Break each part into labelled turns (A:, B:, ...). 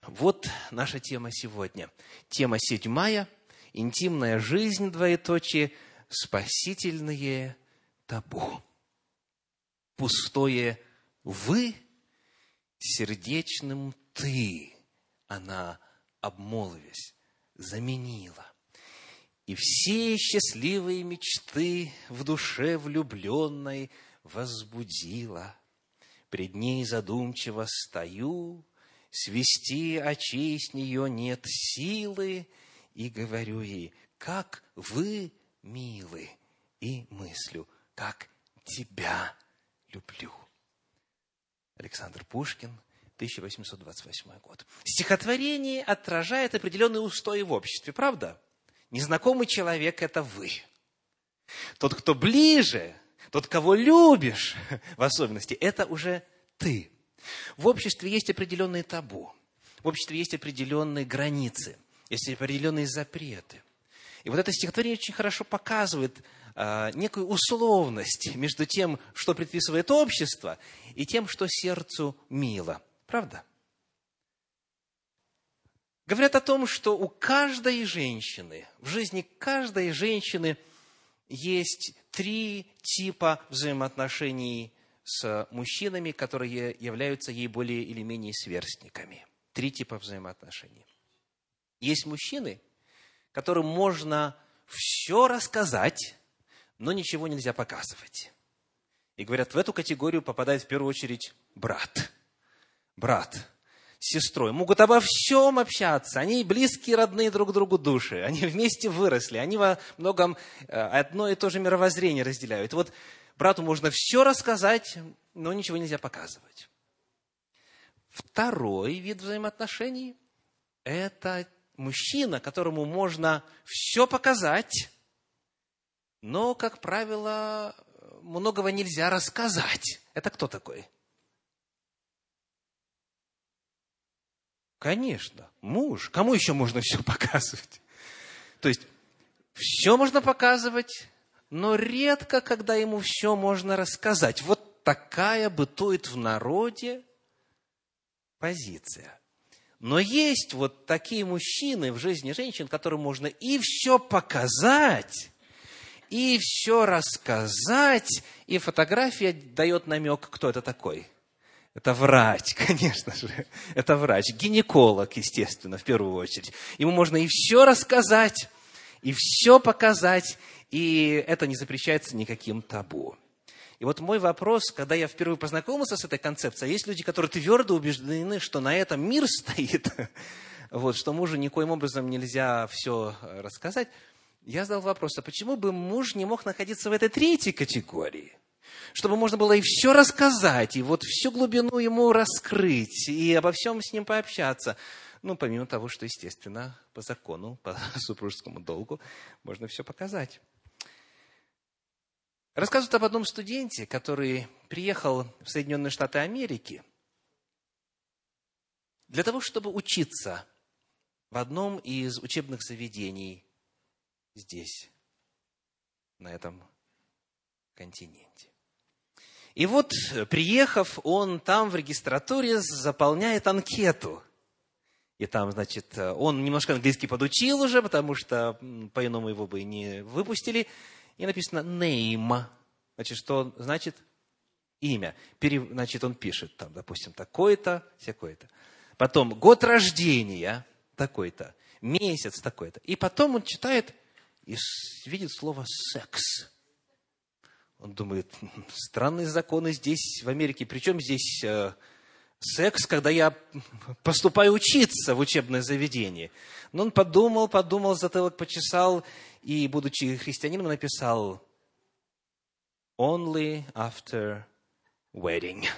A: Вот наша тема сегодня. Тема 7. Интимная жизнь, двоеточие, спасительные табу. Пустое «вы» сердечным «ты» она, обмолвясь, заменила. И все счастливые мечты в душе влюбленной возбудила. Пред ней задумчиво стою, свести очей с нее нет силы, и говорю ей: как вы милы, и мыслю: как тебя люблю. Александр Пушкин, 1828 год. Стихотворение отражает определенные устои в обществе, правда? Незнакомый человек – это вы. Тот, кто ближе, тот, кого любишь, в особенности, это уже ты. В обществе есть определенные табу. В обществе есть определенные границы, есть определенные запреты. И вот это стихотворение очень хорошо показывает некую условность между тем, что предписывает общество, и тем, что сердцу мило. Правда? Говорят о том, что у каждой женщины, в жизни каждой женщины есть 3 типа взаимоотношений с мужчинами, которые являются ей более или менее сверстниками. 3 типа взаимоотношений. Есть мужчины, которым можно все рассказать, но ничего нельзя показывать. И говорят, в эту категорию попадает в первую очередь брат. Брат с сестрой могут обо всем общаться. Они близкие, родные друг другу души. Они вместе выросли. Они во многом одно и то же мировоззрение разделяют. И вот брату можно все рассказать, но ничего нельзя показывать. Второй вид взаимоотношений – это мужчина, которому можно все показать, но, как правило, многого нельзя рассказать. Это кто такой? Конечно, муж. Кому еще можно все показывать? То есть, все можно показывать, но редко, когда ему все можно рассказать. Вот такая бытует в народе позиция. Но есть вот такие мужчины в жизни женщин, которым можно и все показать, и все рассказать, и фотография дает намек, кто это такой. Это врач, конечно же. Это врач, гинеколог, естественно, в первую очередь. Ему можно и все рассказать, и все показать, и это не запрещается никаким табу. И вот мой вопрос, когда я впервые познакомился с этой концепцией, есть люди, которые твердо убеждены, что на этом мир стоит, вот, что мужу никоим образом нельзя все рассказать. Я задал вопрос, а почему бы муж не мог находиться в этой 3-й категории? Чтобы можно было и все рассказать, и вот всю глубину ему раскрыть, и обо всем с ним пообщаться. Ну, помимо того, что, естественно, по закону, по супружескому долгу можно все показать. Рассказывают об одном студенте, который приехал в Соединенные Штаты Америки для того, чтобы учиться в одном из учебных заведений здесь, на этом континенте. И вот, приехав, он там в регистратуре заполняет анкету. И там, значит, он немножко английский подучил уже, потому что по-иному его бы не выпустили. И написано name. Значит, что значит имя? Значит, он пишет там, допустим, такой-то, всякой-то. Потом год рождения такой-то, месяц такой-то. И потом он читает и видит слово секс. Он думает, странные законы здесь, в Америке. Причем здесь секс, когда я поступаю учиться в учебное заведение. Но он подумал, затылок почесал, и, будучи христианином, написал only after wedding.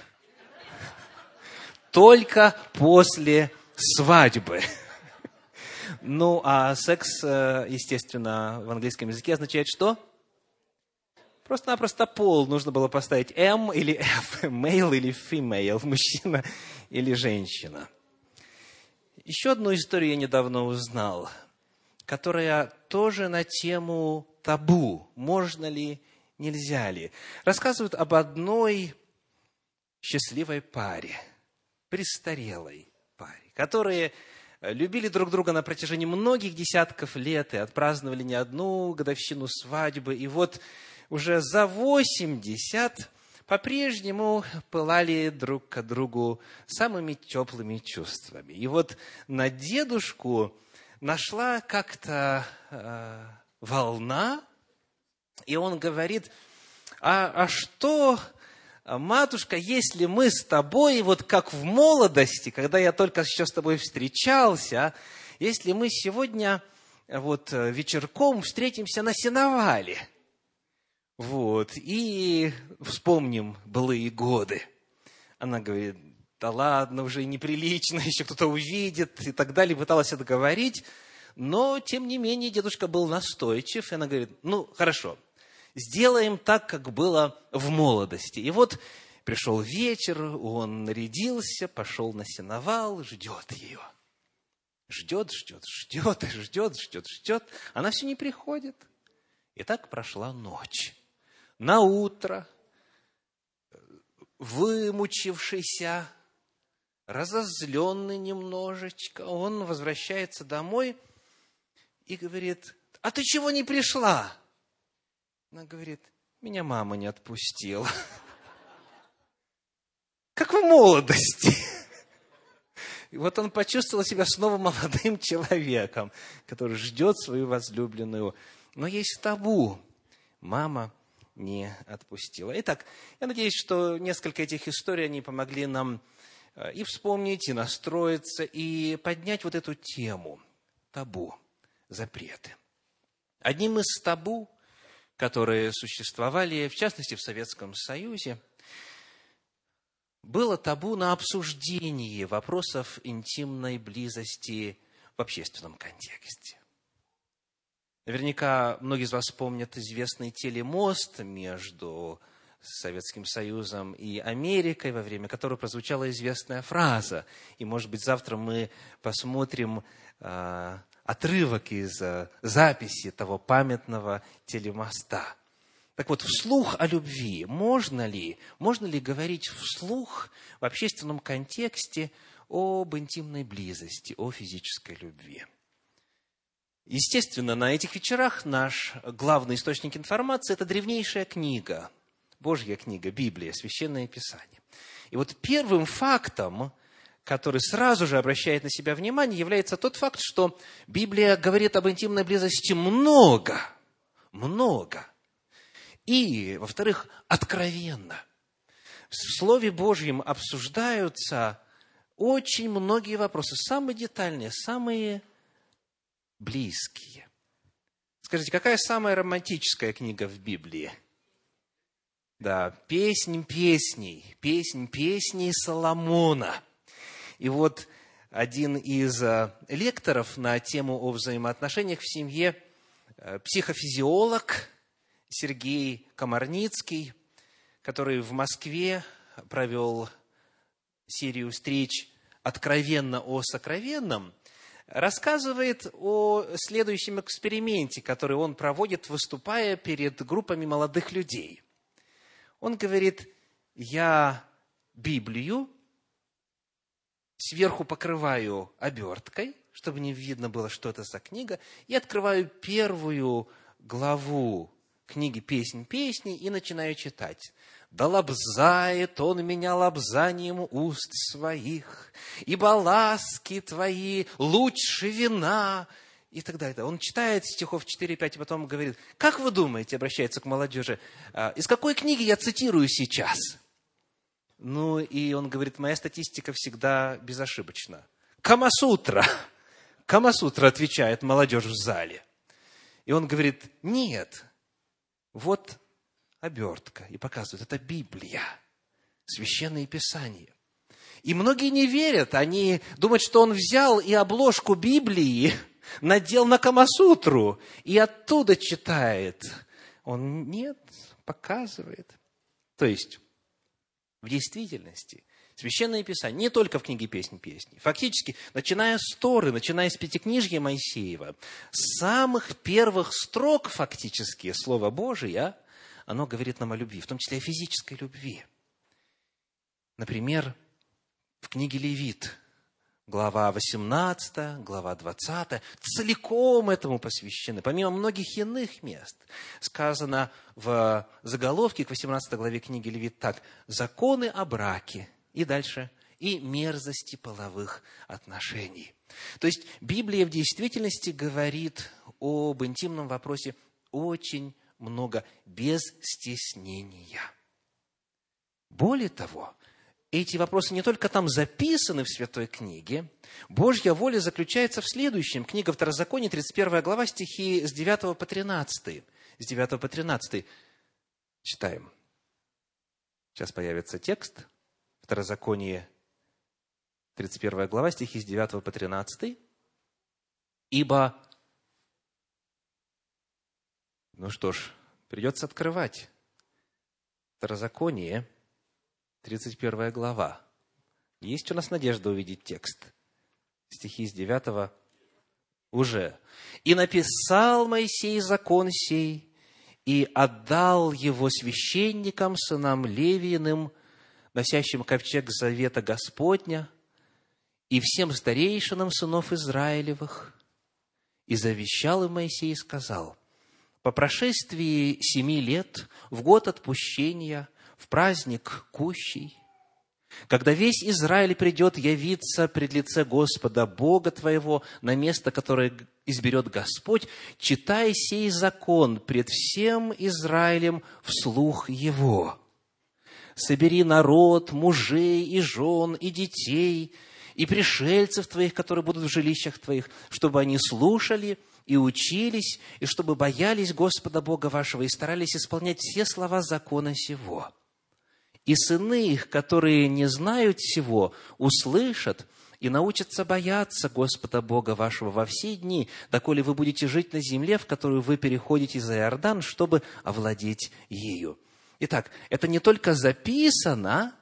A: Только после свадьбы. Ну, а секс, естественно, в английском языке означает что? Просто-напросто пол. Нужно было поставить M или F, male или female, мужчина или женщина. Еще одну историю я недавно узнал, которая тоже на тему табу. Можно ли, нельзя ли. Рассказывают об одной счастливой паре, престарелой паре, которые любили друг друга на протяжении многих десятков лет и отпраздновали не одну годовщину свадьбы. И вот уже за 80 по-прежнему пылали друг к другу самыми теплыми чувствами. И вот на дедушку нашла как-то волна, и он говорит: а что, матушка, если мы с тобой, вот как в молодости, когда я только еще с тобой встречался, если мы сегодня вот вечерком встретимся на сеновале, вот, и вспомним былые годы. Она говорит: да ладно, уже неприлично, еще кто-то увидит, и так далее. Пыталась отговорить, но, тем не менее, дедушка был настойчив, и она говорит: ну, хорошо, сделаем так, как было в молодости. И вот пришел вечер, он нарядился, пошел на сеновал, ждет ее. Ждет. Она все не приходит. И так прошла ночь. Наутро, вымучившийся, разозленный немножечко, он возвращается домой и говорит: а ты чего не пришла? Она говорит: меня мама не отпустила. Как в молодости. И вот он почувствовал себя снова молодым человеком, который ждет свою возлюбленную. Но есть табу. Мама не отпустила. Итак, я надеюсь, что несколько этих историй, они помогли нам и вспомнить, и настроиться, и поднять вот эту тему. Табу, запреты. Одним из табу, которые существовали, в частности, в Советском Союзе, было табу на обсуждение вопросов интимной близости в общественном контексте. Наверняка многие из вас помнят известный телемост между Советским Союзом и Америкой, во время которого прозвучала известная фраза. И, может быть, завтра мы посмотрим отрывок из записи того памятного телемоста. Так вот, вслух о любви можно ли говорить вслух в общественном контексте об интимной близости, о физической любви? Естественно, на этих вечерах наш главный источник информации – это древнейшая книга, Божья книга, Библия, Священное Писание. И вот первым фактом, который сразу же обращает на себя внимание, является тот факт, что Библия говорит об интимной близости много. И, во-вторых, откровенно. В Слове Божьем обсуждаются очень многие вопросы, самые детальные, самые близкие. Скажите, какая самая романтическая книга в Библии? Да, «Песнь песней Соломона». И вот один из лекторов на тему о взаимоотношениях в семье, психофизиолог Сергей Комарницкий, который в Москве провел серию встреч «Откровенно о сокровенном», рассказывает о следующем эксперименте, который он проводит, выступая перед группами молодых людей. Он говорит: я Библию сверху покрываю оберткой, чтобы не видно было, что это за книга, и открываю первую главу книги «Песнь песней» и начинаю читать. «Да лобзает он меня лобзанием уст своих, ибо ласки твои лучше вина». И так далее. Он читает стихов 4-5, и потом говорит: как вы думаете, обращается к молодежи, из какой книги я цитирую сейчас? Ну, и он говорит: моя статистика всегда безошибочна. Камасутра, отвечает молодежь в зале. И он говорит: нет, вот обертка, и показывает, это Библия, Священное Писание. И многие не верят, они думают, что он взял и обложку Библии надел на Камасутру и оттуда читает. Он нет, показывает. То есть, в действительности, Священное Писание, не только в книге «Песнь песней», фактически, начиная с Торы, начиная с Пятикнижья Моисеева, с самых первых строк фактически Слова Божия, оно говорит нам о любви, в том числе о физической любви. Например, в книге Левит глава 18, глава 20, целиком этому посвящены, помимо многих иных мест. Сказано в заголовке к 18 главе книги Левит так: «Законы о браке». И дальше: «И мерзости половых отношений». То есть Библия в действительности говорит об интимном вопросе очень много, без стеснения. Более того, эти вопросы не только там записаны в Святой книге. Божья воля заключается в следующем. Книга Второзакония, 31 глава, стихи с 9 по 13. С 9 по 13. Читаем. Сейчас появится текст. Второзаконие, 31 глава, стихи с 9 по 13. «Ибо...» Ну что ж, придется открывать. Второзаконие, 31 глава. Есть у нас надежда увидеть текст. Стихи с 9 уже. «И написал Моисей закон сей, и отдал его священникам, сынам Левииным, носящим ковчег завета Господня, и всем старейшинам сынов Израилевых. И завещал им Моисей и сказал: по прошествии 7 лет, в год отпущения, в праздник кущий, когда весь Израиль придет явиться пред лице Господа Бога твоего на место, которое изберет Господь, читай сей закон пред всем Израилем вслух его. Собери народ, мужей и жен, и детей, и пришельцев твоих, которые будут в жилищах твоих, чтобы они слушали и учились, и чтобы боялись Господа Бога вашего, и старались исполнять все слова закона сего. И сыны их, которые не знают сего, услышат и научатся бояться Господа Бога вашего во все дни, доколе вы будете жить на земле, в которую вы переходите за Иордан, чтобы овладеть ею». Итак, это не только записано,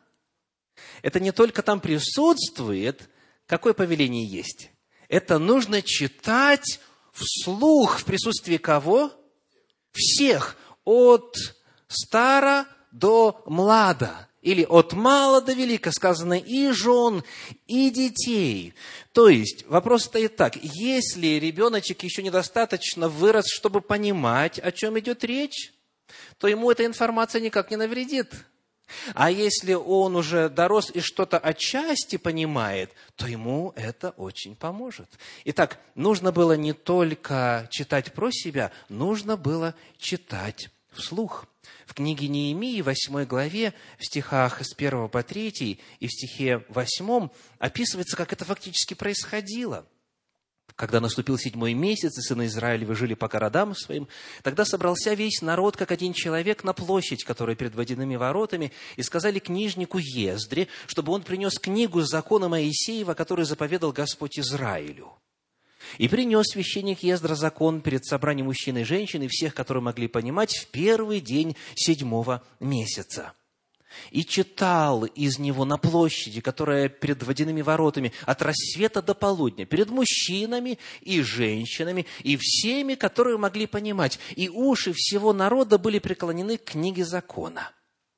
A: это не только там присутствует. Какое повеление есть? Это нужно читать вслух, в присутствии кого? Всех, от стара до млада, или от мала до велика, сказано, и жен, и детей. То есть, вопрос стоит так: если ребеночек еще недостаточно вырос, чтобы понимать, о чем идет речь, то ему эта информация никак не навредит. А если он уже дорос и что-то отчасти понимает, то ему это очень поможет. Итак, нужно было не только читать про себя, нужно было читать вслух. В книге Неемии, 8 главе, в стихах с 1 по 3 и в стихе 8 описывается, как это фактически происходило. Когда наступил 7-й месяц, и сыны Израилевы жили по городам своим, тогда собрался весь народ, как один человек, на площадь, которая перед водяными воротами, и сказали книжнику Ездре, чтобы он принес книгу закона Моисеева, который заповедал Господь Израилю. И принес священник Ездра закон перед собранием мужчин и женщин, и всех, которые могли понимать, в первый день 7-го месяца. И читал из него на площади, которая перед водяными воротами, от рассвета до полудня, перед мужчинами и женщинами, и всеми, которые могли понимать. И уши всего народа были преклонены к книге закона.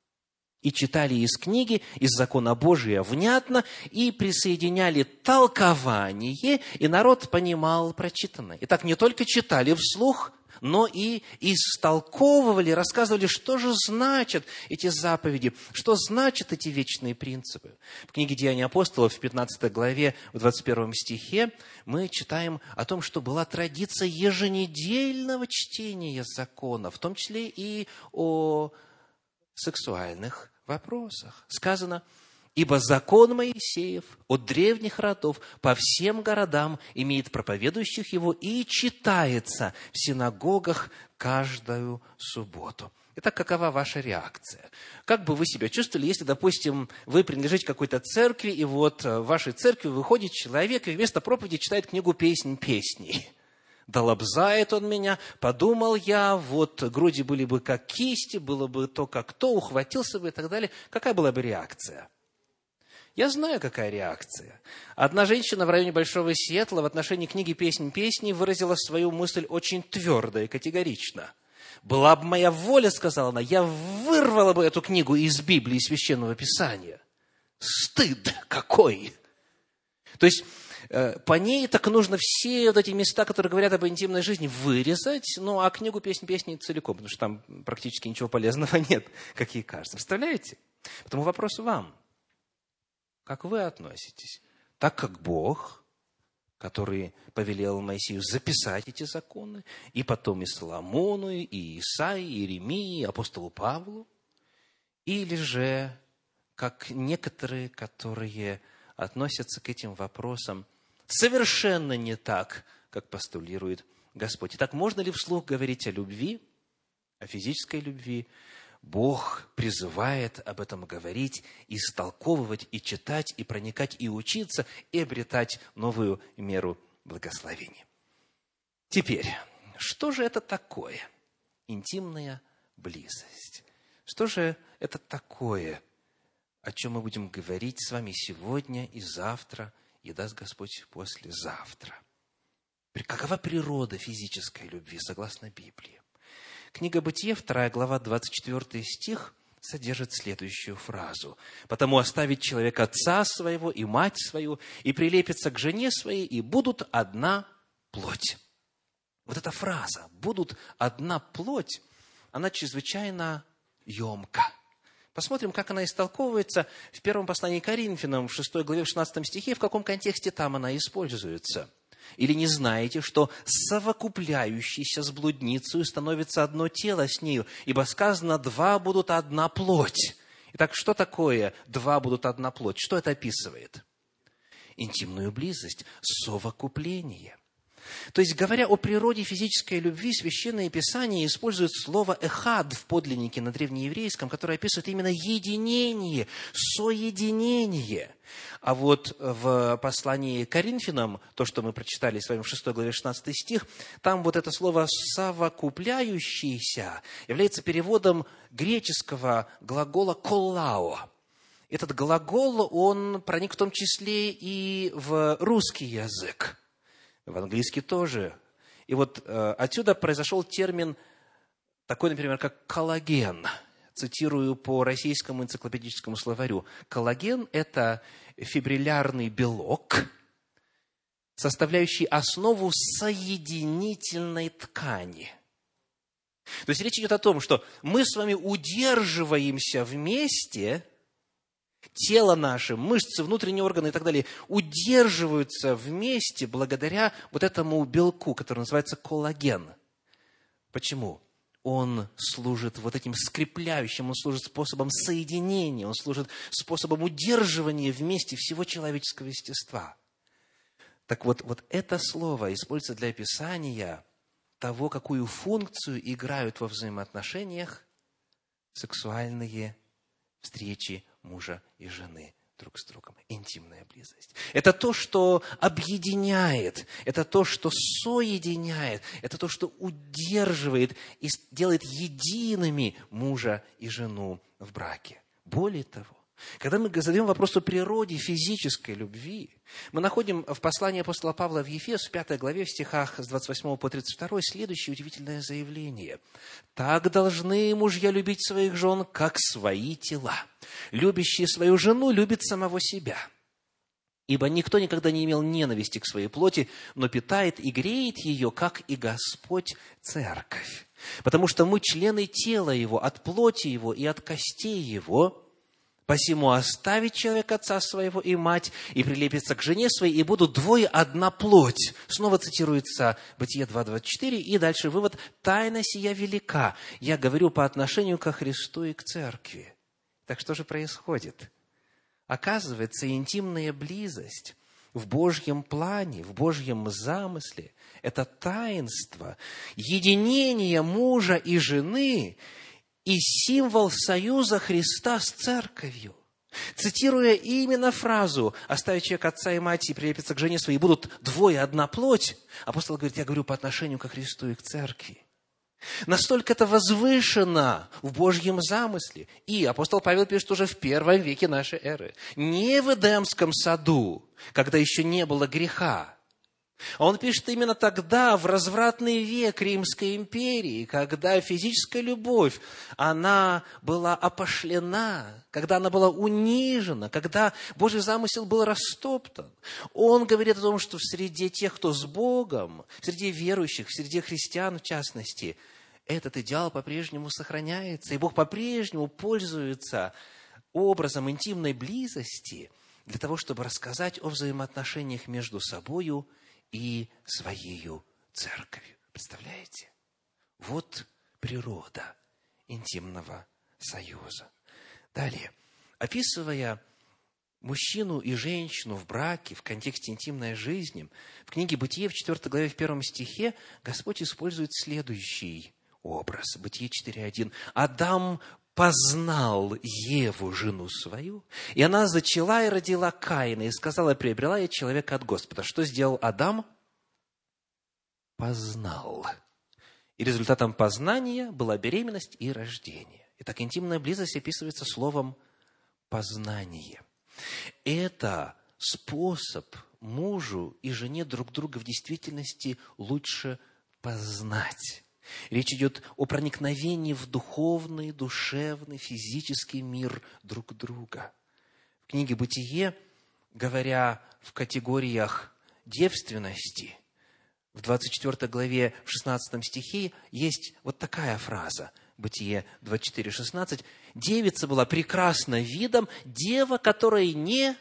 A: И читали из книги, из закона Божия внятно, и присоединяли толкование, и народ понимал прочитанное. Итак, не только читали вслух, но и истолковывали, рассказывали, что же значат эти заповеди, что значат эти вечные принципы. В книге «Деяния апостолов» в 15 главе, в 21 стихе мы читаем о том, что была традиция еженедельного чтения закона, в том числе и о сексуальных вопросах. Сказано: «Ибо закон Моисеев от древних родов по всем городам имеет проповедующих его и читается в синагогах каждую субботу». Итак, какова ваша реакция? Как бы вы себя чувствовали, если, допустим, вы принадлежите какой-то церкви, и вот в вашей церкви выходит человек и вместо проповеди читает книгу «Песнь песней»? Да лобзает он меня, подумал я, вот груди были бы как кисти, было бы то, как то, ухватился бы и так далее. Какая была бы реакция? Я знаю, какая реакция. Одна женщина в районе Большого Сиэтла в отношении книги «Песнь песней» выразила свою мысль очень твердо и категорично. «Была бы моя воля, — сказала она, — я вырвала бы эту книгу из Библии, из Священного Писания». Стыд какой! То есть, По ней так нужно все вот эти места, которые говорят об интимной жизни, вырезать, а книгу «Песнь песни» целиком, потому что там практически ничего полезного нет, как ей кажется. Представляете? Потому вопрос вам. Как вы относитесь? Так как Бог, который повелел Моисею записать эти законы, и потом и Соломону, и Исаии, и Иеремии, и апостолу Павлу, или же, как некоторые, которые относятся к этим вопросам совершенно не так, как постулирует Господь. Итак, можно ли вслух говорить о любви, о физической любви? Бог призывает об этом говорить, истолковывать, и читать, и проникать, и учиться, и обретать новую меру благословения. Теперь, что же это такое интимная близость? Что же это такое, о чем мы будем говорить с вами сегодня и завтра, и даст Господь послезавтра? Какова природа физической любви, согласно Библии? Книга Бытие, 2 глава, 24 стих, содержит следующую фразу. «Потому оставит человек отца своего и мать свою, и прилепится к жене своей, и будут одна плоть». Вот эта фраза «будут одна плоть», она чрезвычайно емка. Посмотрим, как она истолковывается в первом послании к Коринфянам, в 6 главе, в 16 стихе, в каком контексте там она используется. «Или не знаете, что совокупляющийся с блудницей становится одно тело с нею, ибо сказано, два будут одна плоть». Итак, что такое два будут одна плоть? Что это описывает? Интимную близость, совокупление. То есть, говоря о природе физической любви, Священное Писание использует слово «эхад» в подлиннике на древнееврейском, которое описывает именно единение, соединение. А вот в послании к Коринфянам, то, что мы прочитали с вами в 6 главе 16 стих, там вот это слово «совокупляющийся» является переводом греческого глагола «коллао». Этот глагол, он проник в том числе и в русский язык. В английский тоже. И вот отсюда произошел термин такой, например, как коллаген. Цитирую по российскому энциклопедическому словарю. Коллаген – это фибриллярный белок, составляющий основу соединительной ткани. То есть речь идет о том, что мы с вами удерживаемся вместе. Тело наше, мышцы, внутренние органы и так далее удерживаются вместе благодаря вот этому белку, который называется коллаген. Почему? Он служит вот этим скрепляющим, он служит способом соединения, он служит способом удерживания вместе всего человеческого естества. Так вот это слово используется для описания того, какую функцию играют во взаимоотношениях сексуальные встречи мужа и жены друг с другом. Интимная близость. Это то, что объединяет, это то, что соединяет, это то, что удерживает и делает едиными мужа и жену в браке. Более того, когда мы задаем вопрос о природе физической любви, мы находим в послании апостола Павла в Ефес, в 5 главе, в стихах с 28 по 32, следующее удивительное заявление. «Так должны мужья любить своих жен, как свои тела. Любящий свою жену любит самого себя. Ибо никто никогда не имел ненависти к своей плоти, но питает и греет ее, как и Господь церковь. Потому что мы члены тела Его, от плоти Его и от костей Его. Посему оставит человек отца своего и мать, и прилепится к жене своей, и будут двое одна плоть». Снова цитируется Бытие 2:24, и дальше вывод: «Тайна сия велика. Я говорю по отношению ко Христу и к церкви». Так что же происходит? Оказывается, интимная близость в Божьем плане, в Божьем замысле – это таинство единения мужа и жены и символ союза Христа с церковью. Цитируя именно фразу «оставит человек отца и мать и прилепится к жене своей, и будут двое одна плоть», апостол говорит: я говорю по отношению ко Христу и к церкви. Настолько это возвышено в Божьем замысле. И апостол Павел пишет уже в 1 веке нашей эры. Не в Эдемском саду, когда еще не было греха, А он пишет именно тогда, в развратный век Римской империи, когда физическая любовь, она была опошлена, когда она была унижена, когда Божий замысел был растоптан. Он говорит о том, что в среде тех, кто с Богом, среди верующих, в среде христиан в частности, этот идеал по-прежнему сохраняется, и Бог по-прежнему пользуется образом интимной близости для того, чтобы рассказать о взаимоотношениях между собою и своею церковью. Представляете? Вот природа интимного союза. Далее, описывая мужчину и женщину в браке, в контексте интимной жизни, в книге «Бытие» в 4 главе, в 1 стихе Господь использует следующий образ. Бытие 4:1. «Адам познал Еву, жену свою, и она зачала и родила Каина, и сказала: приобрела я человека от Господа». Что сделал Адам? Познал. И результатом познания была беременность и рождение. Итак, интимная близость описывается словом «познание». Это способ мужу и жене друг друга в действительности лучше познать. Речь идет о проникновении в духовный, душевный, физический мир друг друга. В книге «Бытие», говоря в категориях девственности, в 24 главе, в 16 стихе, есть вот такая фраза. Бытие 24:16. «Девица была прекрасна видом, дева, которой не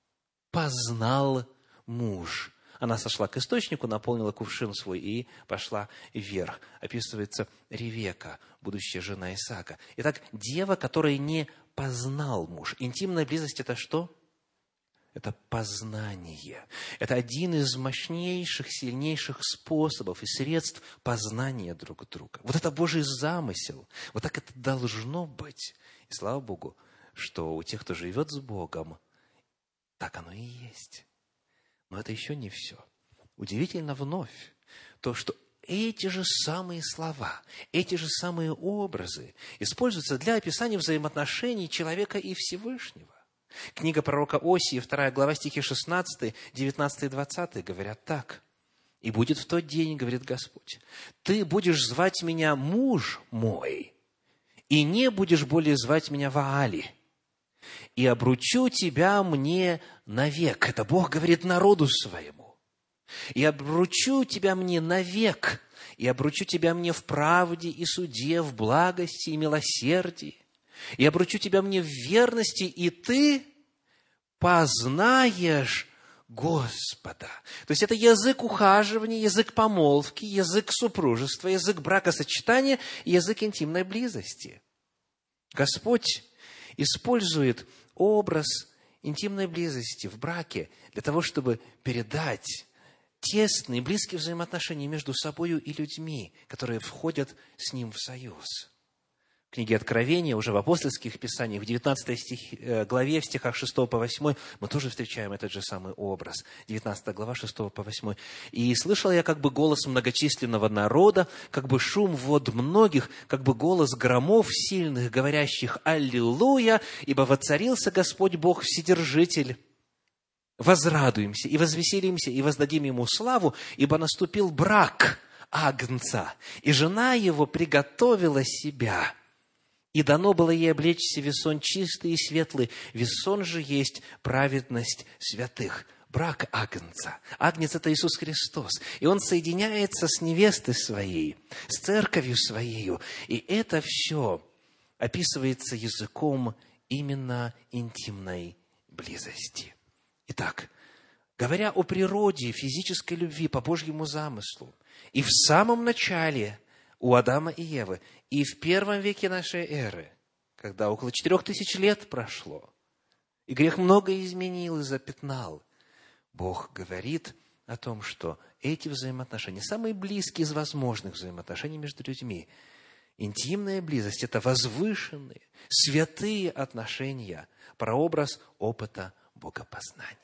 A: познал муж». Она сошла к источнику, наполнила кувшин свой и пошла вверх. Описывается Ревека, будущая жена Исаака. Итак, дева, которой не познал муж. Интимная близость – это что? Это познание. Это один из мощнейших, сильнейших способов и средств познания друг друга. Вот это Божий замысел. Вот так это должно быть. И слава Богу, что у тех, кто живет с Богом, так оно и есть. Но это еще не все. Удивительно вновь то, что эти же самые слова, эти же самые образы используются для описания взаимоотношений человека и Всевышнего. Книга пророка Осии, 2 глава, стихи 16, 19 и 20 говорят так. «И будет в тот день, говорит Господь, ты будешь звать меня муж мой, и не будешь более звать меня Ваали, и обручу тебя мне навек». Это Бог говорит народу своему. «И обручу тебя мне навек, и обручу тебя мне в правде и суде, в благости и милосердии, и обручу тебя мне в верности, и ты познаешь Господа». То есть это язык ухаживания, язык помолвки, язык супружества, язык бракосочетания, язык интимной близости. Господь использует образ интимной близости в браке для того, чтобы передать тесные, близкие взаимоотношения между собою и людьми, которые входят с Ним в союз. В книге Откровения, уже в апостольских писаниях, в 19 главе, в стихах 6 по 8, мы тоже встречаем этот же самый образ. 19 глава, 6 по 8. «И слышал я как бы голос многочисленного народа, как бы шум вод многих, как бы голос громов сильных, говорящих: Аллилуйя, ибо воцарился Господь Бог Вседержитель. Возрадуемся и возвеселимся и воздадим Ему славу, ибо наступил брак Агнца, и жена Его приготовила себя. И дано было ей облечься весон чистый и светлый, весон же есть праведность святых». Брак Агнца. Агнец – это Иисус Христос. И Он соединяется с невестой своей, с церковью своей. И это все описывается языком именно интимной близости. Итак, говоря о природе физической любви по Божьему замыслу, и в самом начале у Адама и Евы, и в первом веке нашей эры, когда около 4000 лет прошло, и грех многое изменил и запятнал, Бог говорит о том, что эти взаимоотношения, самые близкие из возможных взаимоотношений между людьми, интимная близость – это возвышенные, святые отношения, прообраз опыта богопознания.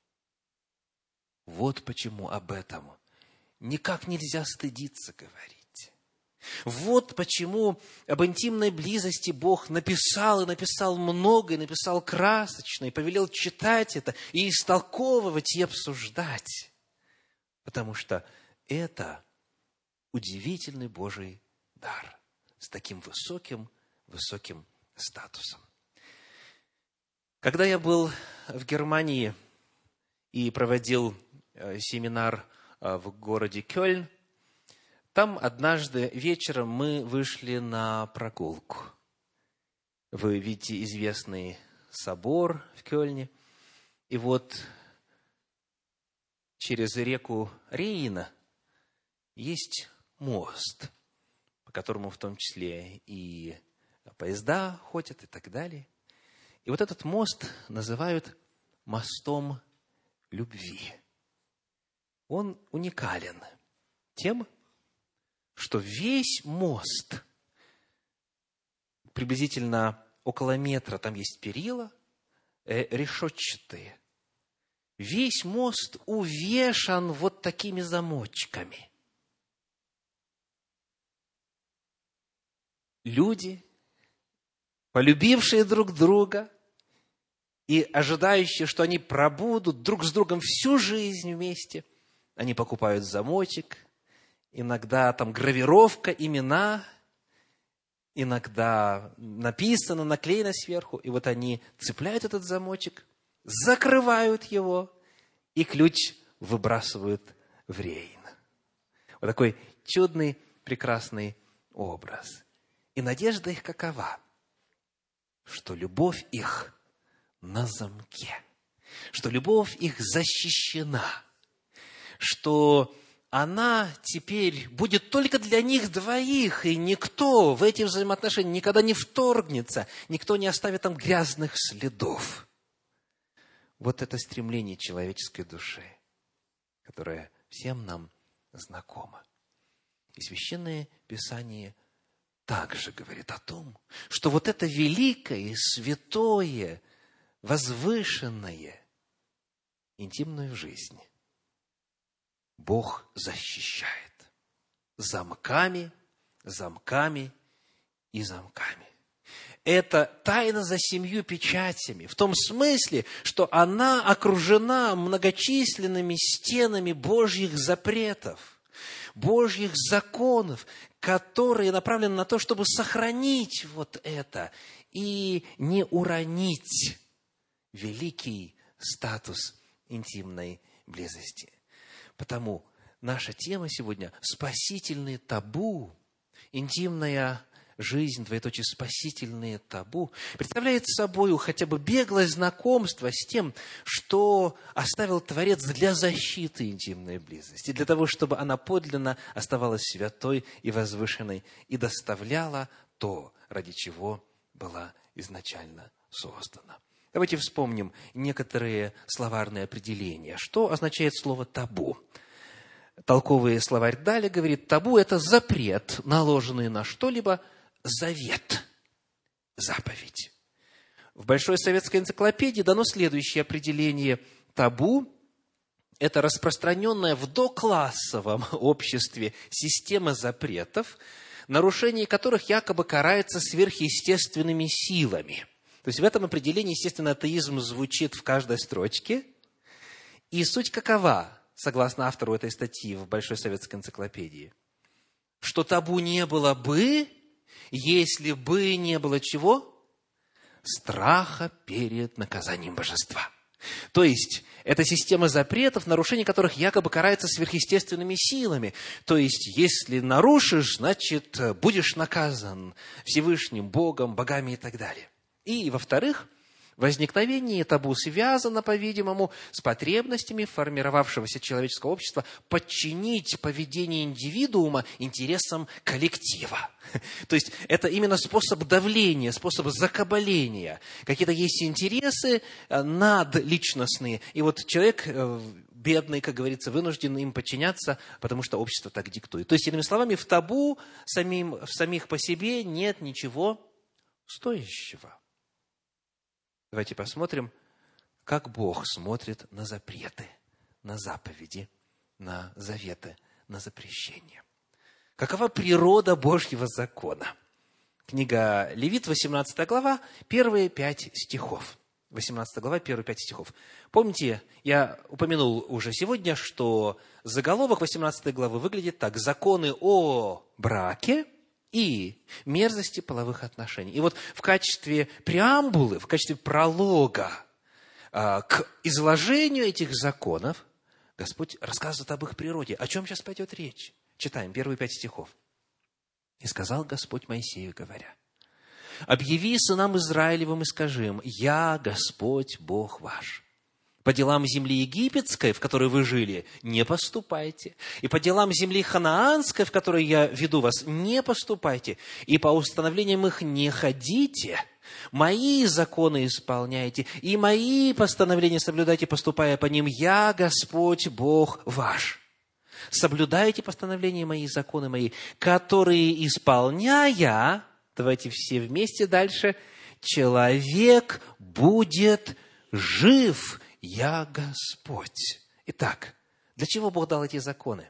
A: Вот почему об этом никак нельзя стыдиться говорить. Вот почему об интимной близости Бог написал, и написал много, и написал красочно, и повелел читать это, и истолковывать, и обсуждать. Потому что это удивительный Божий дар с таким высоким статусом. Когда я был в Германии и проводил семинар в городе Кёльн, там однажды вечером мы вышли на прогулку. Вы видите известный собор в Кёльне. И вот через реку Рейна есть мост, по которому в том числе и поезда ходят и так далее. И вот этот мост называют мостом любви. Он уникален тем, что весь мост, приблизительно около метра, там есть перила, решетчатые. Весь мост увешан вот такими замочками. Люди, полюбившие друг друга и ожидающие, что они пробудут друг с другом всю жизнь вместе, они покупают замочек, иногда там гравировка, имена, иногда написано, наклеено сверху, и вот они цепляют этот замочек, закрывают его и ключ выбрасывают в Рейн. Вот такой чудный, прекрасный образ. И надежда их какова? Что любовь их на замке, что любовь их защищена, что она теперь будет только для них двоих, и никто в эти взаимоотношения никогда не вторгнется, никто не оставит там грязных следов. Вот это стремление человеческой души, которое всем нам знакомо. И Священное Писание также говорит о том, что вот это великое, святое, возвышенное, интимную жизнь Бог защищает замками и замками. Это тайна за 7 печатями, в том смысле, что она окружена многочисленными стенами Божьих запретов, Божьих законов, которые направлены на то, чтобы сохранить вот это и не уронить великий статус интимной близости. Потому наша тема сегодня – спасительные табу, интимная жизнь, двоеточие, спасительные табу, представляет собой хотя бы беглое знакомство с тем, что оставил Творец для защиты интимной близости, для того, чтобы она подлинно оставалась святой и возвышенной и доставляла то, ради чего была изначально создана. Давайте вспомним некоторые словарные определения. Что означает слово «табу»? Толковый словарь Даля говорит, табу – это запрет, наложенный на что-либо, завет, заповедь. В Большой советской энциклопедии дано следующее определение. Табу – это распространенная в доклассовом обществе система запретов, нарушение которых якобы карается сверхъестественными силами. То есть в этом определении, естественно, атеизм звучит в каждой строчке. И суть какова, согласно автору этой статьи в Большой советской энциклопедии? Что табу не было бы, если бы не было чего? Страха перед наказанием божества. То есть, это система запретов, нарушение которых якобы карается сверхъестественными силами. То есть, если нарушишь, значит, будешь наказан Всевышним, Богом, богами и так далее. И, во-вторых, возникновение табу связано, по-видимому, с потребностями формировавшегося человеческого общества подчинить поведение индивидуума интересам коллектива. То есть, это именно способ давления, способ закабаления. Какие-то есть интересы надличностные. И вот человек, бедный, как говорится, вынужден им подчиняться, потому что общество так диктует. То есть, иными словами, в табу в самих по себе нет ничего стоящего. Давайте посмотрим, как Бог смотрит на запреты, на заповеди, на заветы, на запрещения. Какова природа Божьего закона? Книга Левит, 18 глава, первые 5 стихов. 18 глава, первые 5 стихов. Помните, я упомянул уже сегодня, что заголовок 18 главы выглядит так: «Законы о браке и мерзости половых отношений». И вот в качестве преамбулы, в качестве пролога к изложению этих законов Господь рассказывает об их природе. О чем сейчас пойдет речь? Читаем первые 5 стихов. «И сказал Господь Моисею, говоря: объяви сынам Израилевым и скажи им: я Господь Бог ваш. По делам земли египетской, в которой вы жили, не поступайте. И по делам земли ханаанской, в которой я веду вас, не поступайте. И по установлениям их не ходите. Мои законы исполняйте, и мои постановления соблюдайте, поступая по ним. Я Господь Бог ваш. Соблюдайте постановления мои, законы мои, которые, исполняя...» Давайте все вместе дальше. «Человек будет жив, я Господь». Итак, для чего Бог дал эти законы?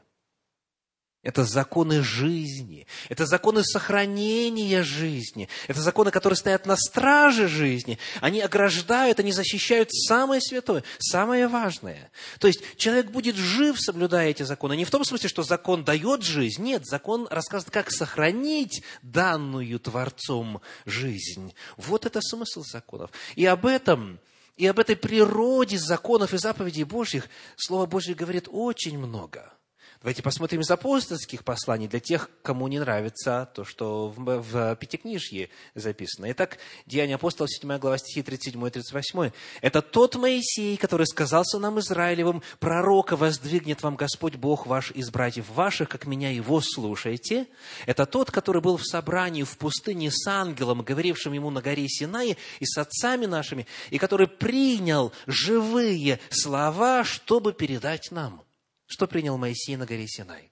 A: Это законы жизни, это законы сохранения жизни, это законы, которые стоят на страже жизни. Они ограждают, они защищают самое святое, самое важное. То есть человек будет жив, соблюдая эти законы. Не в том смысле, что закон дает жизнь. Нет, закон рассказывает, как сохранить данную Творцом жизнь. Вот это смысл законов. И об этой природе законов и заповедей Божьих Слово Божье говорит очень много. Давайте посмотрим из апостольских посланий для тех, кому не нравится то, что в Пятикнижье записано. Итак, Деяния апостолов, 7 глава, стихи 37 и 38. «Это тот Моисей, который сказал сынам Израилевым: пророка воздвигнет вам Господь Бог ваш из братьев ваших, как меня его слушайте. Это тот, который был в собрании в пустыне с ангелом, говорившим ему на горе Синае, и с отцами нашими, и который принял живые слова, чтобы передать нам». Что принял Моисей на горе Синай?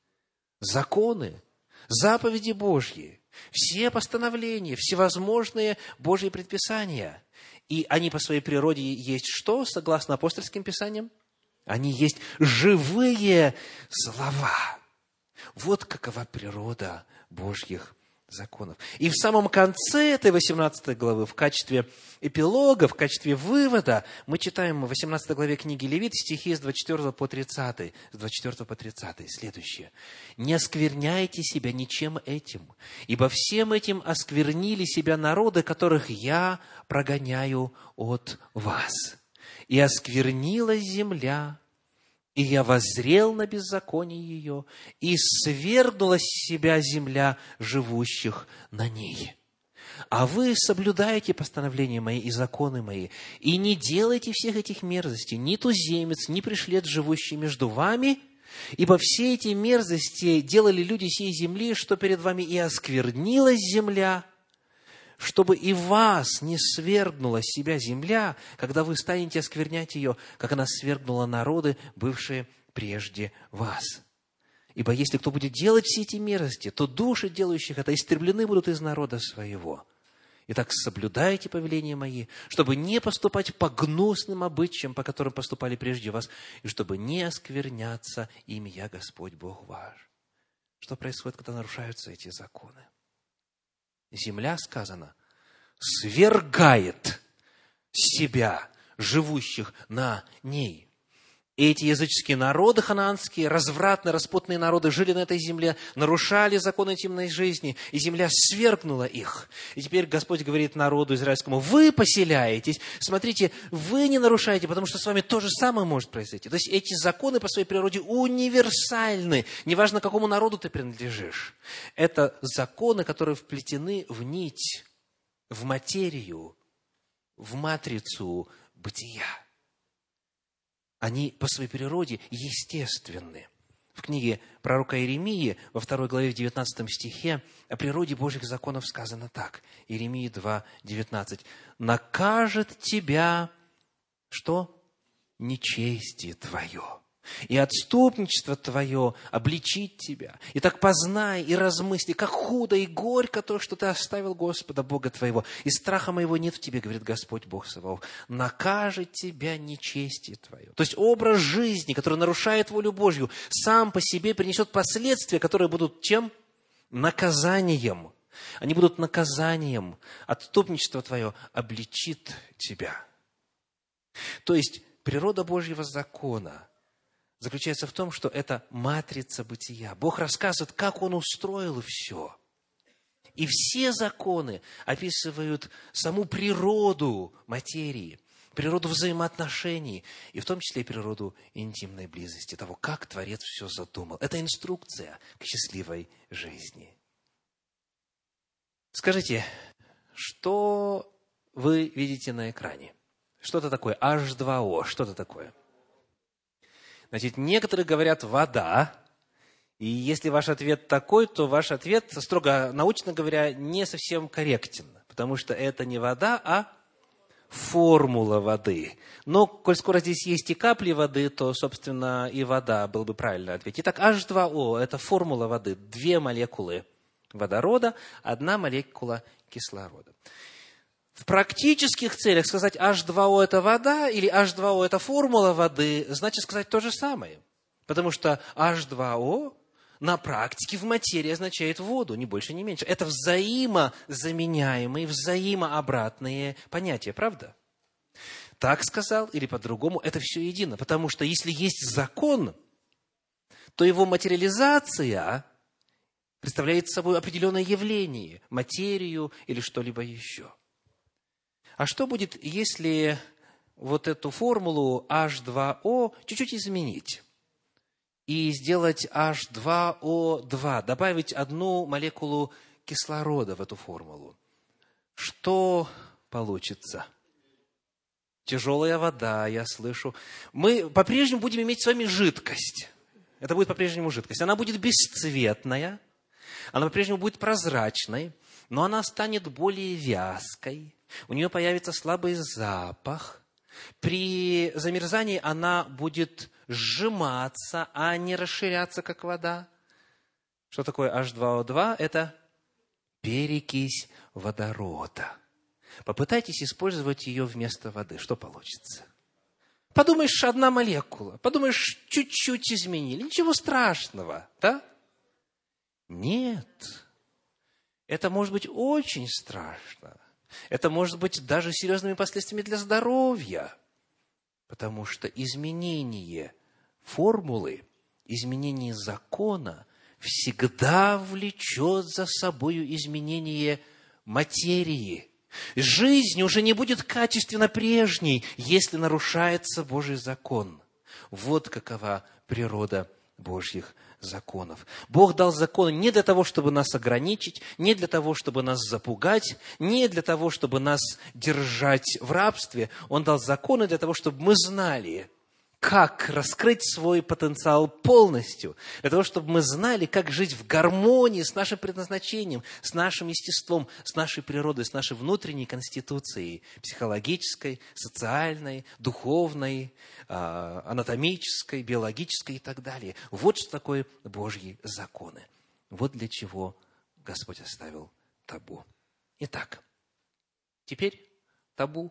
A: Законы, заповеди Божьи, все постановления, всевозможные Божьи предписания. И они по своей природе есть что, согласно апостольским писаниям? Они есть живые слова. Вот какова природа Божьих законов. И в самом конце этой 18 главы, в качестве эпилога, в качестве вывода, мы читаем в 18 главе книги Левит стихи с 24 по 30, с 24 по 30, следующее. «Не оскверняйте себя ничем этим, ибо всем этим осквернили себя народы, которых я прогоняю от вас. И осквернилась земля, и я воззрел на беззаконие ее, и свергнула с себя земля живущих на ней. А вы соблюдаете постановления мои и законы мои, и не делайте всех этих мерзостей, ни туземец, ни пришлец, живущий между вами, ибо все эти мерзости делали люди сей земли, что перед вами и осквернилась земля, чтобы и вас не свергнула с себя земля, когда вы станете осквернять ее, как она свергнула народы, бывшие прежде вас. Ибо если кто будет делать все эти мерзости, то души делающих это истреблены будут из народа своего. Итак, соблюдайте повеления мои, чтобы не поступать по гнусным обычаям, по которым поступали прежде вас, и чтобы не оскверняться ими я, Господь Бог ваш». Что происходит, когда нарушаются эти законы? Земля, сказано, свергает с себя живущих на ней. Эти языческие народы ханаанские, развратные, распутные народы жили на этой земле, нарушали законы интимной жизни, и земля свергнула их. И теперь Господь говорит народу израильскому: вы поселяетесь, смотрите, вы не нарушаете, потому что с вами то же самое может произойти. То есть эти законы по своей природе универсальны, неважно, к какому народу ты принадлежишь. Это законы, которые вплетены в нить, в материю, в матрицу бытия. Они по своей природе естественны. В книге пророка Иеремии, во 2 главе, в 19 стихе, о природе Божьих законов сказано так. Иеремии 2, 19. «Накажет тебя, что? Нечестие твое, и отступничество твое обличит тебя. Итак, познай и размысли, как худо и горько то, что ты оставил Господа Бога твоего, и страха моего нет в тебе, говорит Господь Бог Саваоф. Накажет тебя нечестие твое». То есть образ жизни, который нарушает волю Божью, сам по себе принесет последствия, которые будут чем? Наказанием. Они будут наказанием. Отступничество твое обличит тебя. То есть, природа Божьего закона заключается в том, что это матрица бытия. Бог рассказывает, как Он устроил все. И все законы описывают саму природу материи, природу взаимоотношений, и в том числе и природу интимной близости, того, как Творец все задумал. Это инструкция к счастливой жизни. Скажите, что вы видите на экране? Что-то такое, H2O, что-то такое. Значит, некоторые говорят «вода», и если ваш ответ такой, то ваш ответ, строго научно говоря, не совсем корректен, потому что это не вода, а формула воды. Но, коль скоро здесь есть и капли воды, то, собственно, и вода был бы правильный ответ. Итак, H2O – это формула воды. 2 молекулы водорода, 1 молекула кислорода. В практических целях сказать H2O – это вода или H2O – это формула воды, значит сказать то же самое. Потому что H2O на практике в материи означает воду, ни больше, ни меньше. Это взаимозаменяемые, взаимообратные понятия, правда? Так сказал или по-другому, это все едино. Потому что если есть закон, то его материализация представляет собой определенное явление, материю или что-либо еще. А что будет, если вот эту формулу H2O чуть-чуть изменить? И сделать H2O2, добавить 1 молекулу кислорода в эту формулу. Что получится? Тяжелая вода, я слышу. Мы по-прежнему будем иметь с вами жидкость. Это будет по-прежнему жидкость. Она будет бесцветная, она по-прежнему будет прозрачной, но она станет более вязкой. У нее появится слабый запах. При замерзании она будет сжиматься, а не расширяться, как вода. Что такое H2O2? Это перекись водорода. Попытайтесь использовать ее вместо воды. Что получится? Подумаешь, 1 молекула. Подумаешь, чуть-чуть изменили. Ничего страшного, да? Нет. Это может быть очень страшно. Это может быть даже серьезными последствиями для здоровья. Потому что изменение формулы, изменение закона всегда влечет за собою изменение материи. Жизнь уже не будет качественно прежней, если нарушается Божий закон. Вот какова природа Божьих законов. Бог дал законы не для того, чтобы нас ограничить, не для того, чтобы нас запугать, не для того, чтобы нас держать в рабстве. Он дал законы для того, чтобы мы знали, как раскрыть свой потенциал полностью, для того, чтобы мы знали, как жить в гармонии с нашим предназначением, с нашим естеством, с нашей природой, с нашей внутренней конституцией, психологической, социальной, духовной, анатомической, биологической и так далее. Вот что такое Божьи законы. Вот для чего Господь оставил табу. Итак, теперь табу.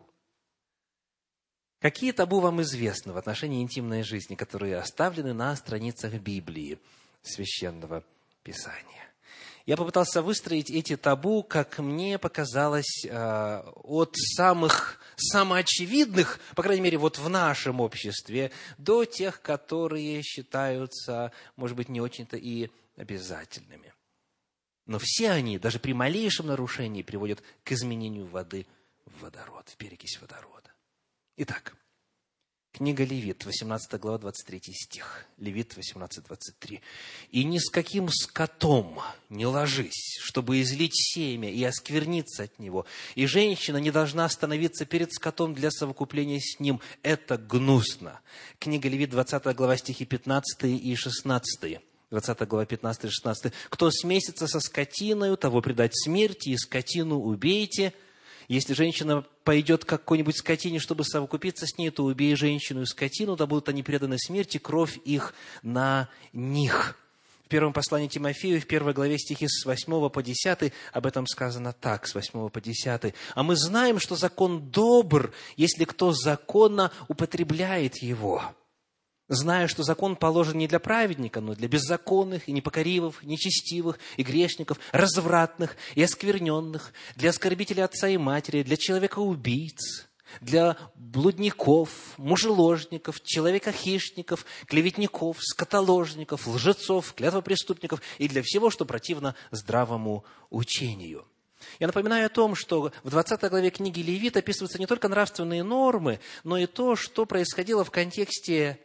A: Какие табу вам известны в отношении интимной жизни, которые оставлены на страницах Библии, Священного Писания? Я попытался выстроить эти табу, как мне показалось, от самых самоочевидных, по крайней мере, вот в нашем обществе, до тех, которые считаются, может быть, не очень-то и обязательными. Но все они, даже при малейшем нарушении, приводят к изменению воды в водород, в перекись водорода. Итак, книга Левит, 18 глава, 23 стих. Левит 18:23. «И ни с каким скотом не ложись, чтобы излить семя и оскверниться от него. И женщина не должна становиться перед скотом для совокупления с ним. Это гнусно». Книга Левит, 20 глава, стихи 15 и 16. 20 глава, 15 и 16. «Кто смесится со скотиною, того предать смерти, и скотину убейте. Если женщина пойдет к какой-нибудь скотине, чтобы совокупиться с ней, то убей женщину и скотину, да будут они преданы смерти, кровь их на них». В первом послании Тимофею, в 1 главе стихи с 8 по 10, об этом сказано так, с 8 по 10. «А мы знаем, что закон добр, если кто законно употребляет его, зная, что закон положен не для праведника, но для беззаконных и непокоривых, нечестивых и грешников, развратных и оскверненных, для оскорбителя отца и матери, для человека-убийц, для блудников, мужеложников, человекохищников, клеветников, скотоложников, лжецов, клятвопреступников и для всего, что противно здравому учению. Я напоминаю о том, что в 20 главе книги Левит описываются не только нравственные нормы, но и то, что происходило в контексте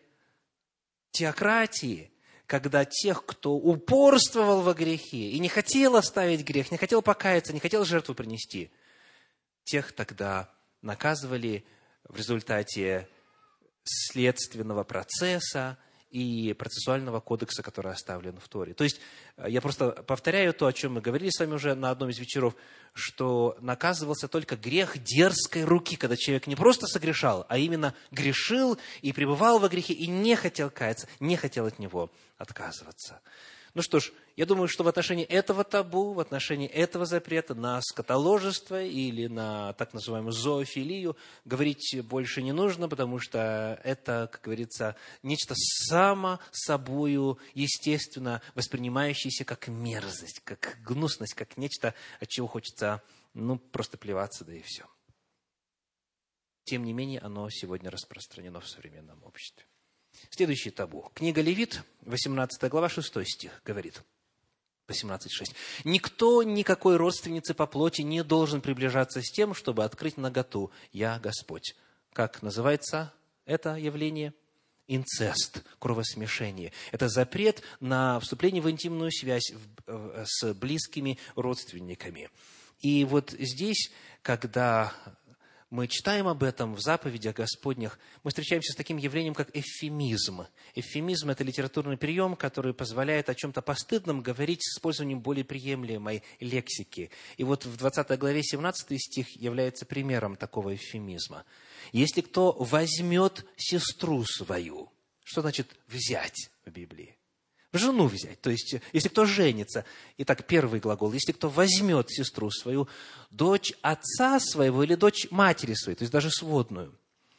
A: теократии, когда тех, кто упорствовал во грехе и не хотел оставить грех, не хотел покаяться, не хотел жертву принести, тех тогда наказывали в результате следственного процесса и процессуального кодекса, который оставлен в Торе. То есть, я просто повторяю то, о чем мы говорили с вами уже на одном из вечеров, что наказывался только грех дерзкой руки, когда человек не просто согрешал, а именно грешил и пребывал во грехе и не хотел каяться, не хотел от него отказываться. Ну что ж, я думаю, что в отношении этого табу, в отношении этого запрета на скотоложество или на так называемую зоофилию говорить больше не нужно, потому что это, как говорится, нечто само собою естественно воспринимающееся как мерзость, как гнусность, как нечто, от чего хочется просто плеваться, да и все. Тем не менее, оно сегодня распространено в современном обществе. Следующий табу. Книга Левит, 18 глава, 6 стих, говорит, 18:6. «Никто никакой родственнице по плоти не должен приближаться с тем, чтобы открыть наготу. Я Господь». Как называется это явление? Инцест, кровосмешение. Это запрет на вступление в интимную связь с близкими родственниками. И вот здесь, когда мы читаем об этом в заповедях Господних, мы встречаемся с таким явлением, как эвфемизм. Эвфемизм – это литературный прием, который позволяет о чем-то постыдном говорить с использованием более приемлемой лексики. И вот в 20 главе 17 стих является примером такого эвфемизма. «Если кто возьмет сестру свою», что значит «взять» в Библии? В жену взять. То есть, если кто женится, итак, первый глагол, если кто возьмет сестру свою, дочь отца своего или дочь матери своей, то есть даже сводную,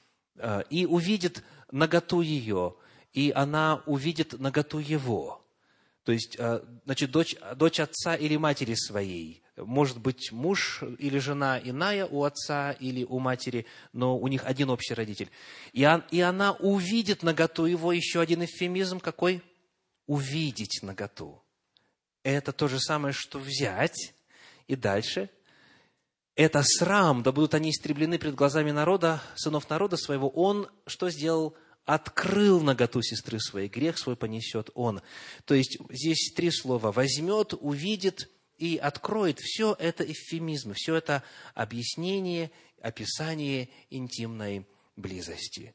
A: и увидит наготу ее, и она увидит наготу его. То есть, значит, дочь отца или матери своей, может быть, муж или жена иная у отца или у матери, но у них один общий родитель. И она увидит наготу его, еще один эвфемизм какой? Увидеть наготу. Это то же самое, что взять. И дальше. Это срам, да будут они истреблены пред глазами народа, сынов народа своего. Он что сделал? Открыл наготу сестры своей. Грех свой понесет он. То есть, здесь три слова. Возьмет, увидит и откроет. Все это эвфемизмы. Все это объяснение, описание интимной близости.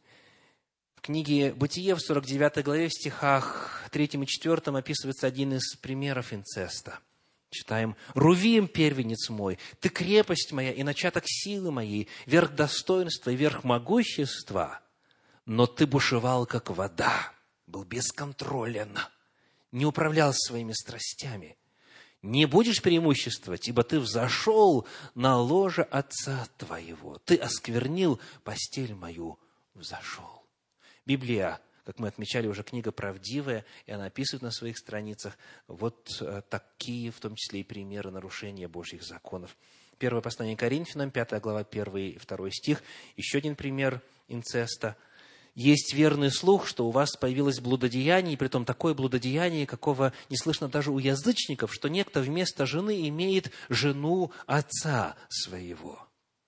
A: В книге «Бытие» в 49 главе, в стихах 3 и 4 описывается один из примеров инцеста. Читаем. «Рувим, первенец мой, ты крепость моя и начаток силы моей, верх достоинства и верх могущества, но ты бушевал, как вода, был бесконтролен, не управлял своими страстями. Не будешь преимуществовать, ибо ты взошел на ложе отца твоего, ты осквернил постель мою, взошел». Библия, как мы отмечали, уже книга правдивая, и она описывает на своих страницах вот такие, в том числе и примеры нарушения Божьих законов. Первое послание Коринфянам, 5 глава, 1 и 2 стих. Еще один пример инцеста. «Есть верный слух, что у вас появилось блудодеяние, и притом такое блудодеяние, какого не слышно даже у язычников, что некто вместо жены имеет жену отца своего.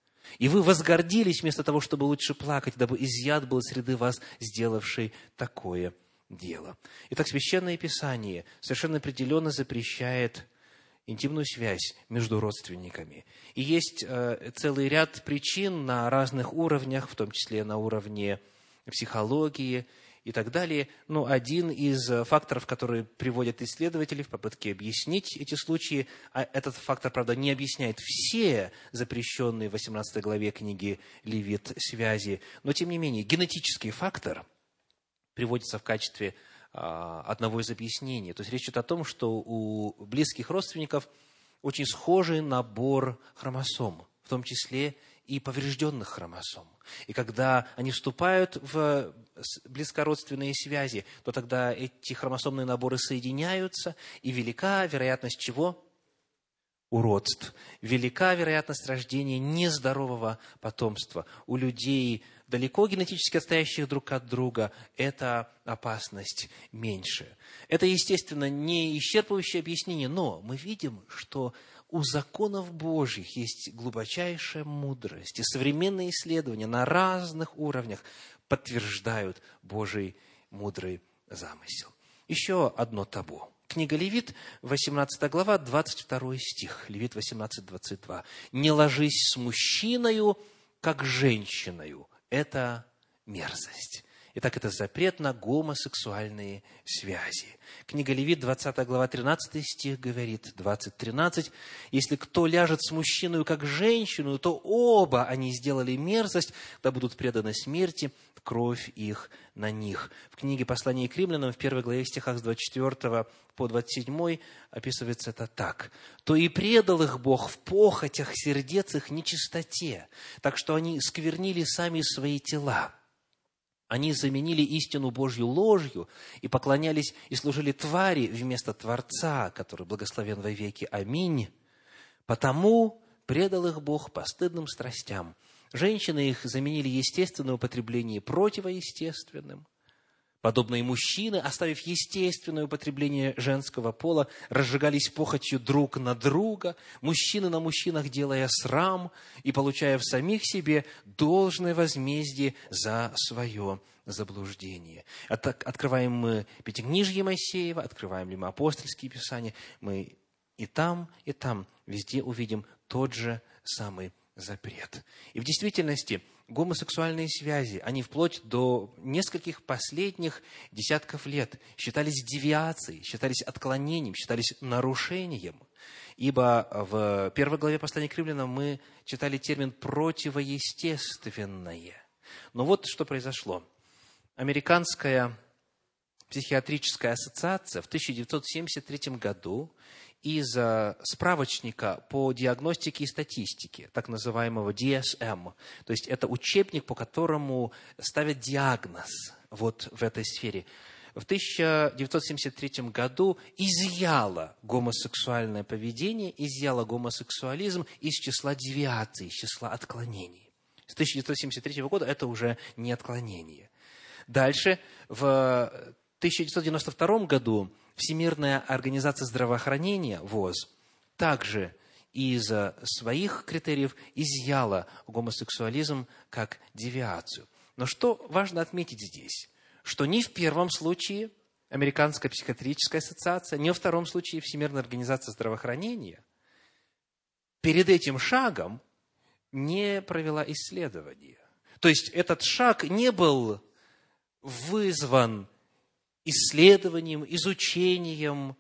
A: И вы возгордились вместо того, чтобы лучше плакать, дабы изъят был среды вас, сделавший такое дело». Итак, Священное Писание совершенно определенно запрещает интимную связь между родственниками. И есть целый ряд причин на разных уровнях, в том числе на уровне психологии и так далее. Но один из факторов, который приводят исследователи в попытке объяснить эти случаи, а этот фактор, правда, не объясняет все запрещенные в 18 главе книги Левит связи, но, тем не менее, генетический фактор приводится в качестве одного из объяснений. То есть речь идет о том, что у близких родственников очень схожий набор хромосом, в том числе и поврежденных хромосом. И когда они вступают в близкородственные связи, то тогда эти хромосомные наборы соединяются, и велика вероятность чего? уродств. Велика вероятность рождения нездорового потомства. У людей, далеко генетически отстоящих друг от друга, эта опасность меньше. Это, естественно, не исчерпывающее объяснение, но мы видим, что у законов Божьих есть глубочайшая мудрость, и современные исследования на разных уровнях подтверждают Божий мудрый замысел. Еще одно табу. Книга Левит, 18 глава, 22 стих. Левит 18, 22. «Не ложись с мужчиною, как женщиною». Это мерзость. Итак, это запрет на гомосексуальные связи. Книга Левит, 20 глава, 13 стих говорит, 20:13, «Если кто ляжет с мужчиной, как женщину, то оба они сделали мерзость, да будут преданы смерти, кровь их на них». В книге «Послание к римлянам» в 1 главе стихах с 24 по 27 описывается это так. «То и предал их Бог в похотях сердец их нечистоте, так что они сквернили сами свои тела. Они заменили истину Божью ложью и поклонялись и служили твари вместо Творца, который благословен во веки. Аминь. Потому предал их Бог постыдным страстям. Женщины их заменили естественное употребление противоестественным. Подобно и мужчины, оставив естественное употребление женского пола, разжигались похотью друг на друга, мужчины на мужчинах делая срам и получая в самих себе должное возмездие за свое заблуждение. Открываем мы Пятикнижье Моисеева, открываем ли мы апостольские писания, мы и там, везде увидим тот же самый запрет. И в действительности гомосексуальные связи, они вплоть до нескольких последних десятков лет считались девиацией, считались отклонением, считались нарушением. Ибо в 1 главе послания к римлянам мы читали термин «противоестественное». Но вот что произошло. Американская психиатрическая ассоциация в 1973 году из справочника по диагностике и статистике, так называемого DSM, то есть это учебник, по которому ставят диагноз вот в этой сфере, в 1973 году изъяла гомосексуальное поведение, изъяла гомосексуализм из числа девиаций, из числа отклонений. С 1973 года это уже не отклонение. Дальше, в 1992 году Всемирная организация здравоохранения, ВОЗ, также из своих критериев изъяла гомосексуализм как девиацию. Но что важно отметить здесь, что ни в первом случае Американская психиатрическая ассоциация, ни во втором случае Всемирная организация здравоохранения перед этим шагом не провела исследования. То есть этот шаг не был вызван исследованием, изучением,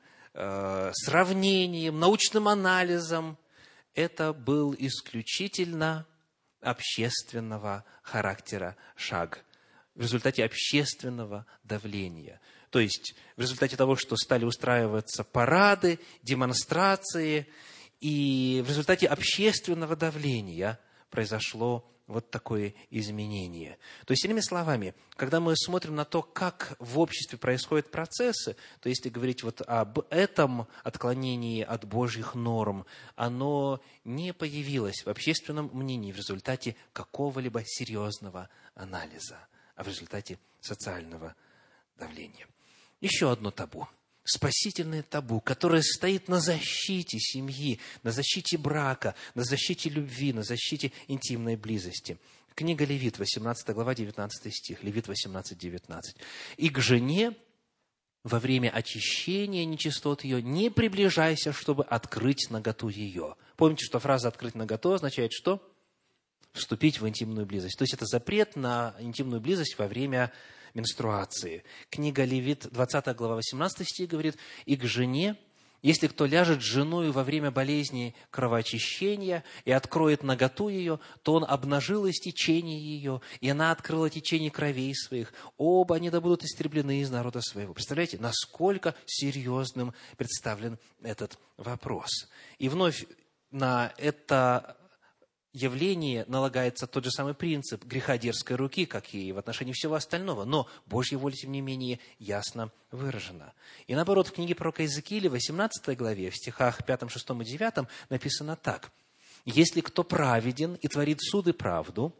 A: сравнением, научным анализом. Это был исключительно общественного характера шаг в результате общественного давления. То есть в результате того, что стали устраиваться парады, демонстрации, и в результате общественного давления произошло вот такое изменение. То есть, иными словами, когда мы смотрим на то, как в обществе происходят процессы, то если говорить вот об этом отклонении от Божьих норм, оно не появилось в общественном мнении в результате какого-либо серьезного анализа, а в результате социального давления. Еще одно табу. Спасительное табу, которое стоит на защите семьи, на защите брака, на защите любви, на защите интимной близости. Книга Левит, 18 глава, 19 стих. Левит 18, 19. «И к жене во время очищения нечистот ее не приближайся, чтобы открыть наготу ее». Помните, что фраза «открыть наготу» означает что? Вступить в интимную близость. То есть это запрет на интимную близость во время менструации. Книга Левит, 20 глава, 18 стих говорит: «И к жене, если кто ляжет с женою во время болезни кровоочищения и откроет наготу ее, то он обнажил истечение ее, и она открыла течение кровей своих. Оба они да будут истреблены из народа своего». Представляете, насколько серьезным представлен этот вопрос. И вновь на это явлении налагается тот же самый принцип греха дерзкой руки, как и в отношении всего остального. Но Божья воля, тем не менее, ясно выражена. И наоборот, в книге пророка Иезекииля, 18 главе, в стихах 5, 6 и 9 написано так. «Если кто праведен и творит суд и правду,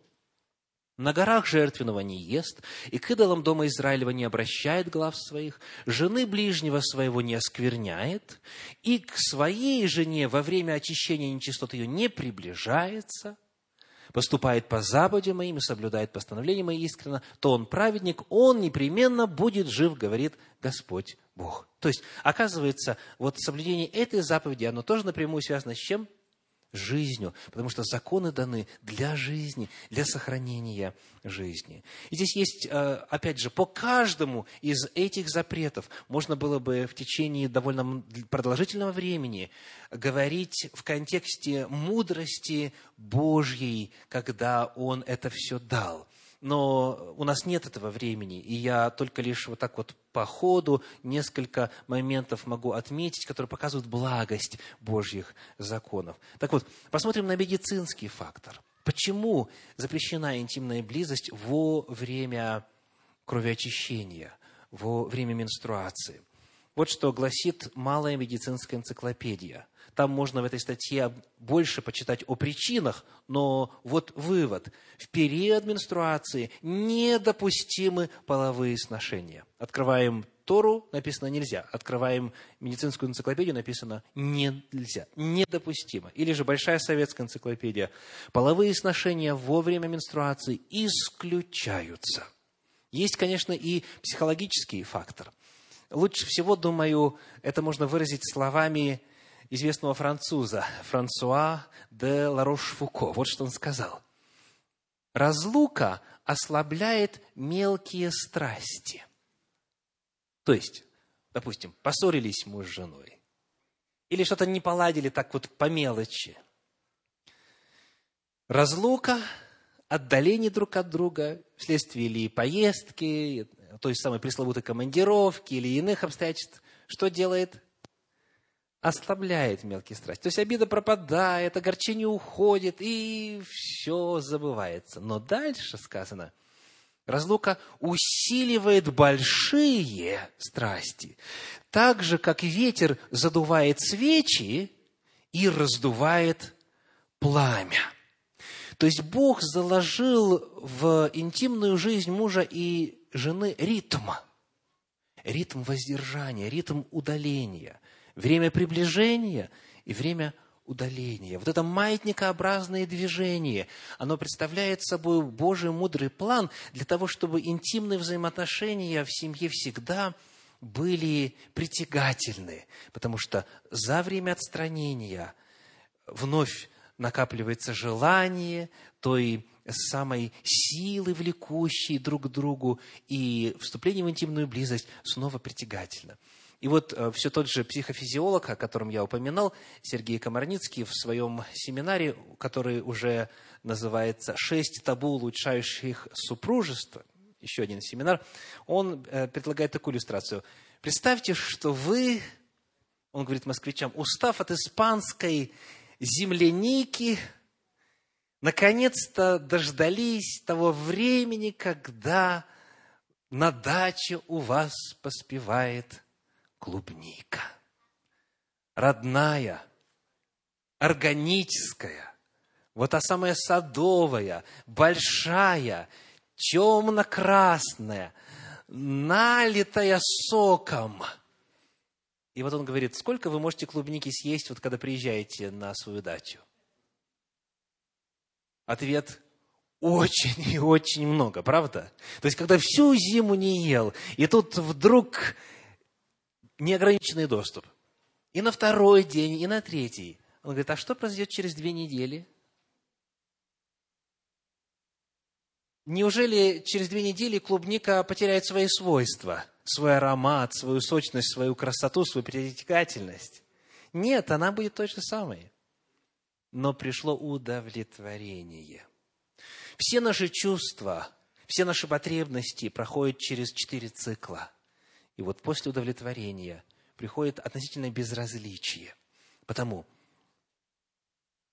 A: на горах жертвенного не ест, и к идолам дома Израилева не обращает глав своих, жены ближнего своего не оскверняет, и к своей жене во время очищения нечистот ее не приближается, поступает по заповедям моим и соблюдает постановления мои искренно, то он праведник, он непременно будет жив, говорит Господь Бог». То есть, оказывается, вот соблюдение этой заповеди, оно тоже напрямую связано с чем? Жизнью, потому что законы даны для жизни, для сохранения жизни. И здесь есть, опять же, по каждому из этих запретов можно было бы в течение довольно продолжительного времени говорить в контексте мудрости Божьей, когда Он это все дал. Но у нас нет этого времени, и я только лишь вот так вот по ходу несколько моментов могу отметить, которые показывают благость Божьих законов. Так вот, посмотрим на медицинский фактор. Почему запрещена интимная близость во время кровеочищения, во время менструации? Вот что гласит малая медицинская энциклопедия. Там можно в этой статье больше почитать о причинах, но вот вывод. В период менструации недопустимы половые сношения. Открываем Тору, написано «нельзя». Открываем медицинскую энциклопедию, написано «нельзя». Недопустимо. Или же Большая советская энциклопедия. Половые сношения во время менструации исключаются. Есть, конечно, и психологический фактор. Лучше всего, думаю, это можно выразить словами известного француза Франсуа де Ларош-Фуко. Вот что он сказал. «Разлука ослабляет мелкие страсти». То есть, допустим, поссорились муж с женой, или что-то не поладили так вот по мелочи. Разлука, отдаление друг от друга вследствие или поездки, той самой пресловутой командировки или иных обстоятельств, что делает? Ослабляет мелкие страсти. То есть обида пропадает, огорчение уходит, и все забывается. Но дальше сказано, разлука усиливает большие страсти, так же, как ветер задувает свечи и раздувает пламя. То есть Бог заложил в интимную жизнь мужа и жены ритм воздержания, ритм удаления, время приближения и время удаления. Вот это маятникообразное движение, оно представляет собой Божий мудрый план для того, чтобы интимные взаимоотношения в семье всегда были притягательны, потому что за время отстранения вновь накапливается желание той самой силы, влекущей друг к другу, и вступление в интимную близость снова притягательно. И вот все тот же психофизиолог, о котором я упоминал, Сергей Комарницкий, в своем семинаре, который уже называется «6 табу, улучшающих супружество», еще один семинар, он предлагает такую иллюстрацию. Представьте, что вы, он говорит москвичам, устав от испанской земляники, наконец-то дождались того времени, когда на даче у вас поспевает клубника. Родная, органическая, вот та самая садовая, большая, темно-красная, налитая соком. И вот он говорит, сколько вы можете клубники съесть, вот когда приезжаете на свою дачу? Ответ – очень и очень много, правда? То есть, когда всю зиму не ел, и тут вдруг неограниченный доступ. И на второй день, и на третий. Он говорит, а что произойдет через 2 недели? Неужели через 2 недели клубника потеряет свои свойства, свой аромат, свою сочность, свою красоту, свою притягательность? Нет, она будет той же самой. Но пришло удовлетворение. Все наши чувства, все наши потребности проходят через 4 цикла. И вот после удовлетворения приходит относительное безразличие. Потому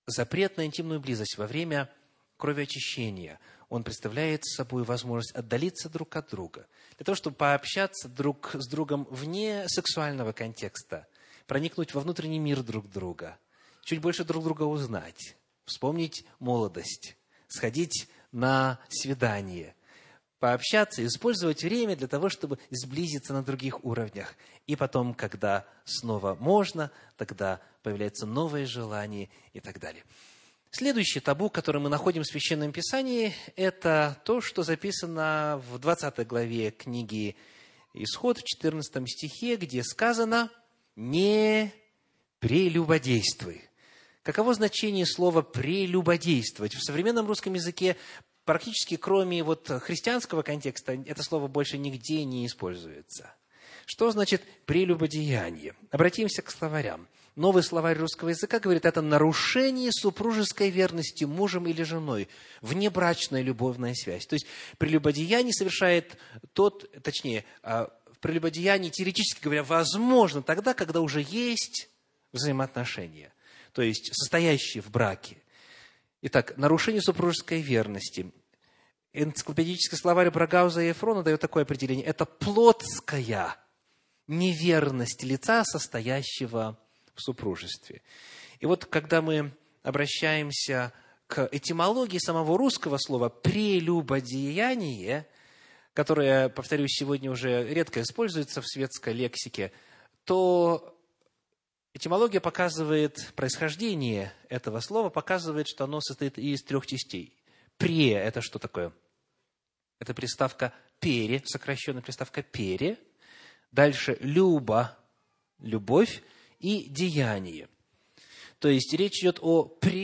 A: запрет на интимную близость во время кровеочищения, он представляет собой возможность отдалиться друг от друга, для того, чтобы пообщаться друг с другом вне сексуального контекста, проникнуть во внутренний мир друг друга, чуть больше друг друга узнать, вспомнить молодость, сходить на свидание, пообщаться, использовать время для того, чтобы сблизиться на других уровнях. И потом, когда снова можно, тогда появляется новое желание и так далее. Следующее табу, которое мы находим в Священном Писании, это то, что записано в 20 главе книги Исход, в 14 стихе, где сказано «не прелюбодействуй». Каково значение слова «прелюбодействовать»? В современном русском языке практически кроме христианского контекста это слово больше нигде не используется. Что значит «прелюбодеяние»? Обратимся к словарям. Новый словарь русского языка говорит, это нарушение супружеской верности мужем или женой, внебрачная любовная связь. То есть прелюбодеяние совершает прелюбодеяние, теоретически говоря, возможно тогда, когда уже есть взаимоотношения, то есть состоящие в браке. Итак, нарушение супружеской верности. Энциклопедический словарь Брагауза и Эфрона дает такое определение. Это плотская неверность лица, состоящего в супружестве. И когда мы обращаемся к этимологии самого русского слова «прелюбодеяние», которое, повторюсь, сегодня уже редко используется в светской лексике, то этимология показывает, происхождение этого слова показывает, что оно состоит из 3 частей. «Пре» – это что такое? Это приставка «пере», сокращенная приставка «пере». Дальше «люба» – любовь и «деяние». То есть речь идет о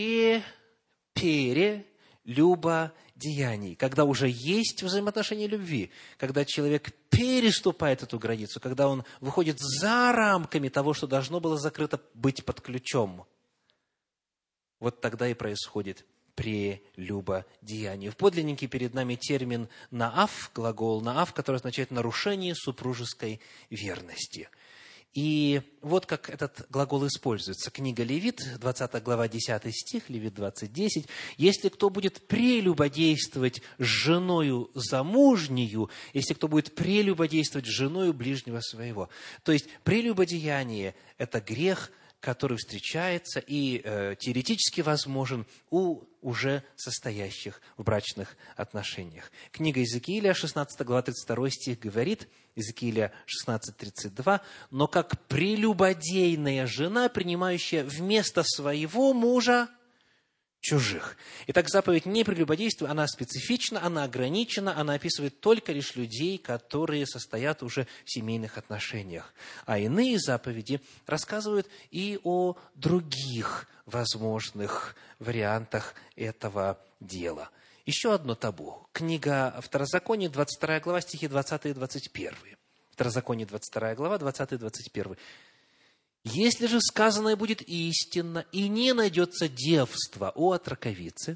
A: пере, люба, деянии, когда уже есть взаимоотношения любви, когда человек переступает эту границу, когда он выходит за рамками того, что должно было закрыто быть под ключом. Вот тогда и происходит прелюбодеяние. В подлиннике перед нами термин «наав», глагол «наав», который означает «нарушение супружеской верности». И вот как этот глагол используется. Книга Левит, 20 глава, 10 стих, Левит 20:10. «Если кто будет прелюбодействовать с женою замужнею, если кто будет прелюбодействовать с женою ближнего своего». То есть прелюбодеяние – это грех, который встречается и теоретически возможен у уже состоящих в брачных отношениях. Книга Иезекииля, 16 глава, 32 стих говорит, Иезекииля 16:32, «Но как прелюбодейная жена, принимающая вместо своего мужа чужих». Итак, заповедь «не прелюбодействуй», она специфична, она ограничена, она описывает только лишь людей, которые состоят уже в семейных отношениях. А иные заповеди рассказывают и о других возможных вариантах этого дела. Еще одно табу. Книга Второзакония, 22 глава, стихи 20 и 21. Второзаконие, 22 глава, 20 и 21. «Если же сказанное будет истинно, и не найдется девства у отроковицы,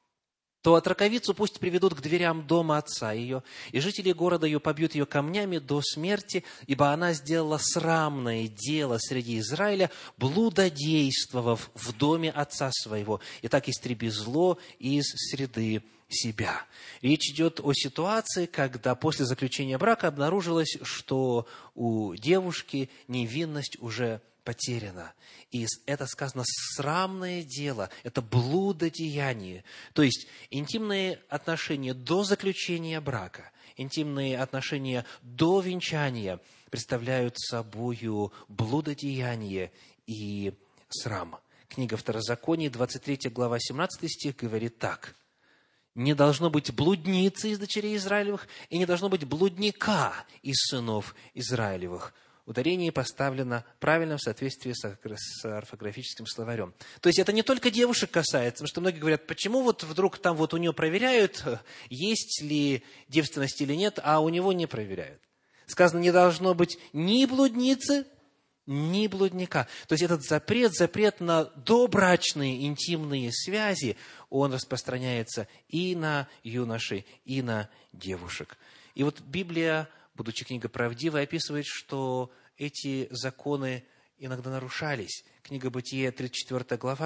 A: то отроковицу пусть приведут к дверям дома отца ее, и жители города ее побьют ее камнями до смерти, ибо она сделала срамное дело среди Израиля, блудодействовав в доме отца своего, и так истреби зло из среды себя». Речь идет о ситуации, когда после заключения брака обнаружилось, что у девушки невинность уже потеряна. И это сказано срамное дело, это блудодеяние. То есть интимные отношения до заключения брака, интимные отношения до венчания представляют собою блудодеяние и срам. Книга Второзакония, 23 глава, 17 стих говорит так. «Не должно быть блудницы из дочерей Израилевых, и не должно быть блудника из сынов Израилевых». Ударение поставлено правильно в соответствии с орфографическим словарем. То есть это не только девушек касается, потому что многие говорят, почему вдруг там у нее проверяют, есть ли девственность или нет, а у него не проверяют. Сказано, не должно быть ни блудницы, ни блудника. То есть этот запрет на добрачные интимные связи, он распространяется и на юношей, и на девушек. И Библия, будучи книга правдивая, описывает, что эти законы иногда нарушались. Книга Бытие, 34 глава,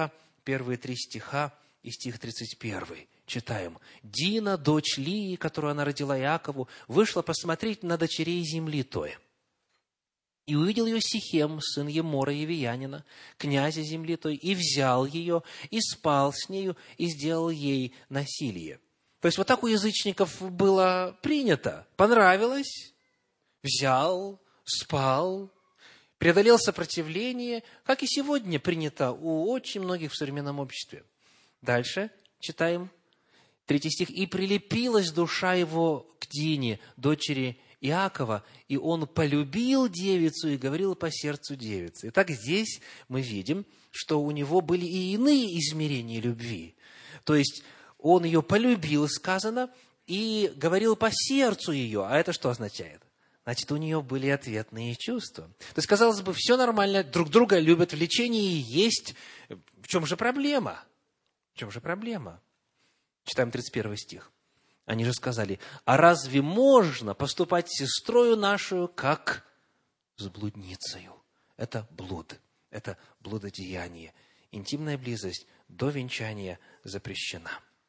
A: первые 3 стиха и стих 31. Читаем. «Дина, дочь Лии, которую она родила Иакову, вышла посмотреть на дочерей земли той. И увидел ее Сихем, сын Емора Евиянина, князя земли той, и взял ее, и спал с нею, и сделал ей насилие». То есть, вот так у язычников было принято. Понравилось, взял, спал, преодолел сопротивление, как и сегодня принято у очень многих в современном обществе. Дальше читаем 3 стих. «И прилепилась душа его к Дине, дочери Иакова, и он полюбил девицу и говорил по сердцу девицы». Итак, здесь мы видим, что у него были и иные измерения любви. То есть, он ее полюбил, сказано, и говорил по сердцу ее. А это что означает? Значит, у нее были ответные чувства. То есть, казалось бы, все нормально, друг друга любят, влечение есть. В чем же проблема? В чем же проблема? Читаем 31 стих. Они же сказали: «А разве можно поступать с сестрою нашу, как с блудницею?» Это блуд, это блудодеяние. Интимная близость до венчания запрещена.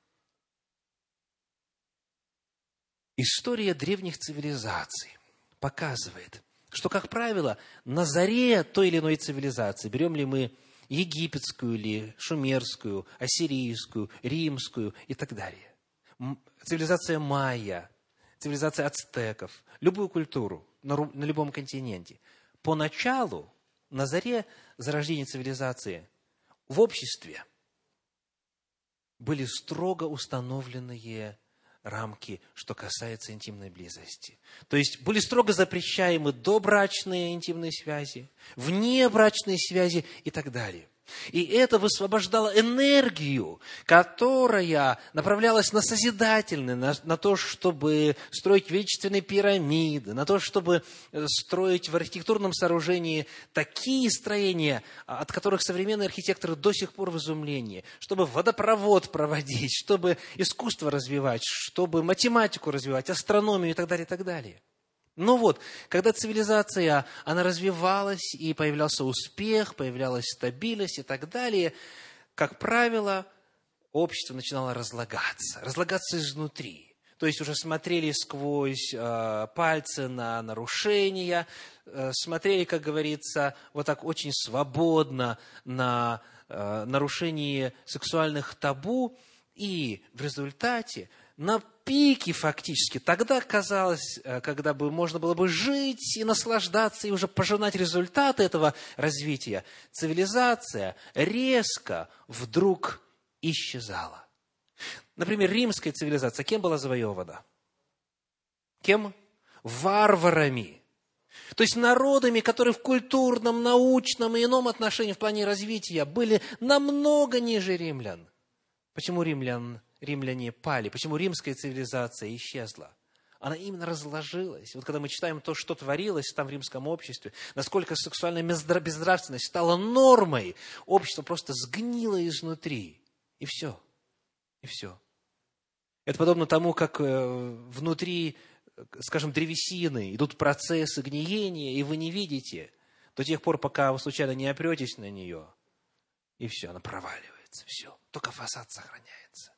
A: История древних цивилизаций показывает, что, как правило, на заре той или иной цивилизации, берем ли мы египетскую ли, шумерскую, ассирийскую, римскую и так далее, цивилизация майя, цивилизация ацтеков, любую культуру на любом континенте, поначалу, на заре зарождения цивилизации, в обществе были строго установленные рамки, что касается интимной близости. То есть были строго запрещаемы добрачные интимные связи, внебрачные связи и так далее. И это высвобождало энергию, которая направлялась на созидательное, на то, чтобы строить величественные пирамиды, на то, чтобы строить в архитектурном сооружении такие строения, от которых современные архитекторы до сих пор в изумлении, чтобы водопровод проводить, чтобы искусство развивать, чтобы математику развивать, астрономию и так далее, и так далее. Но вот, когда цивилизация, она развивалась, и появлялся успех, появлялась стабильность и так далее, как правило, общество начинало разлагаться изнутри. То есть уже смотрели сквозь пальцы на нарушения, смотрели, как говорится, вот так очень свободно на нарушение сексуальных табу, и в результате на пике фактически, тогда казалось, когда бы можно было бы жить и наслаждаться, и уже пожинать результаты этого развития, цивилизация резко вдруг исчезала. Например, римская цивилизация кем была завоевана? Кем? Варварами. То есть народами, которые в культурном, научном и ином отношении в плане развития были намного ниже римлян. Почему римляне пали? Почему римская цивилизация исчезла? Она именно разложилась. Вот когда мы читаем то, что творилось там в римском обществе, насколько сексуальная безнравственность стала нормой, общество просто сгнило изнутри. И все. И все. Это подобно тому, как внутри, скажем, древесины идут процессы гниения, и вы не видите до тех пор, пока вы случайно не опретесь на нее. И все, она проваливается. Все, только фасад сохраняется.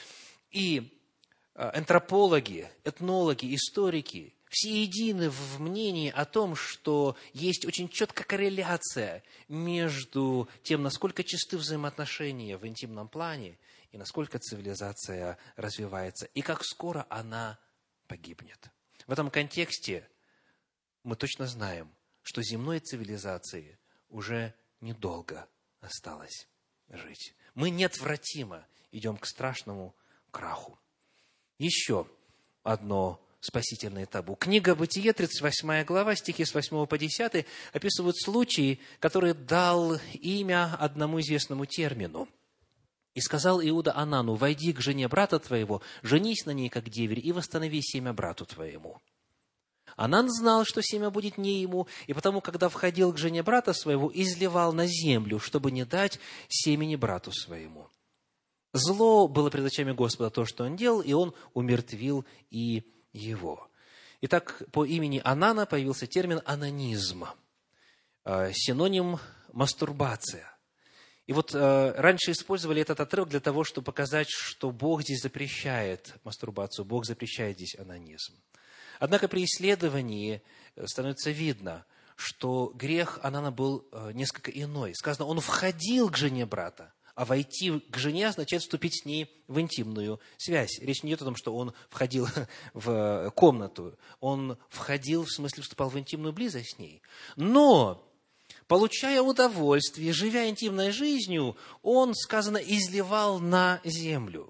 A: И антропологи, этнологи, историки все едины в мнении о том, что есть очень четкая корреляция между тем, насколько чисты взаимоотношения в интимном плане и насколько цивилизация развивается, и как скоро она погибнет. В этом контексте мы точно знаем, что земной цивилизации уже недолго осталось жить. Мы неотвратимо идем к страшному краху. Еще одно спасительное табу. Книга Бытие, 38 глава, стихи с 8 по 10 описывают случай, который дал имя одному известному термину. «И сказал Иуда Анану: войди к жене брата твоего, женись на ней, как деверь, и восстанови семя брату твоему». Анан знал, что семя будет не ему, и потому, когда входил к жене брата своего, изливал на землю, чтобы не дать семени брату своему. Зло было пред очами Господа то, что он делал, и он умертвил и его. Итак, по имени Анана появился термин анонизм, синоним мастурбация. И вот раньше использовали этот отрывок для того, чтобы показать, что Бог здесь запрещает мастурбацию, Бог запрещает здесь онанизм. Однако при исследовании становится видно, что грех Онана был несколько иной. Сказано, он входил к жене брата, а войти к жене означает вступить с ней в интимную связь. Речь не идет о том, что он входил в комнату, он входил, в смысле, вступал в интимную близость с ней. Но, получая удовольствие, живя интимной жизнью, он, сказано, изливал на землю.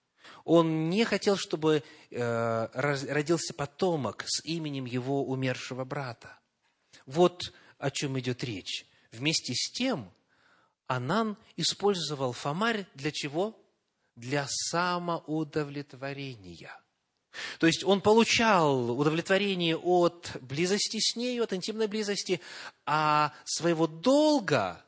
A: Он не хотел, чтобы родился потомок с именем его умершего брата. Вот о чем идет речь. Вместе с тем, Онан использовал фомарь для чего? Для самоудовлетворения. То есть он получал удовлетворение от близости с нею, от интимной близости, а своего долга,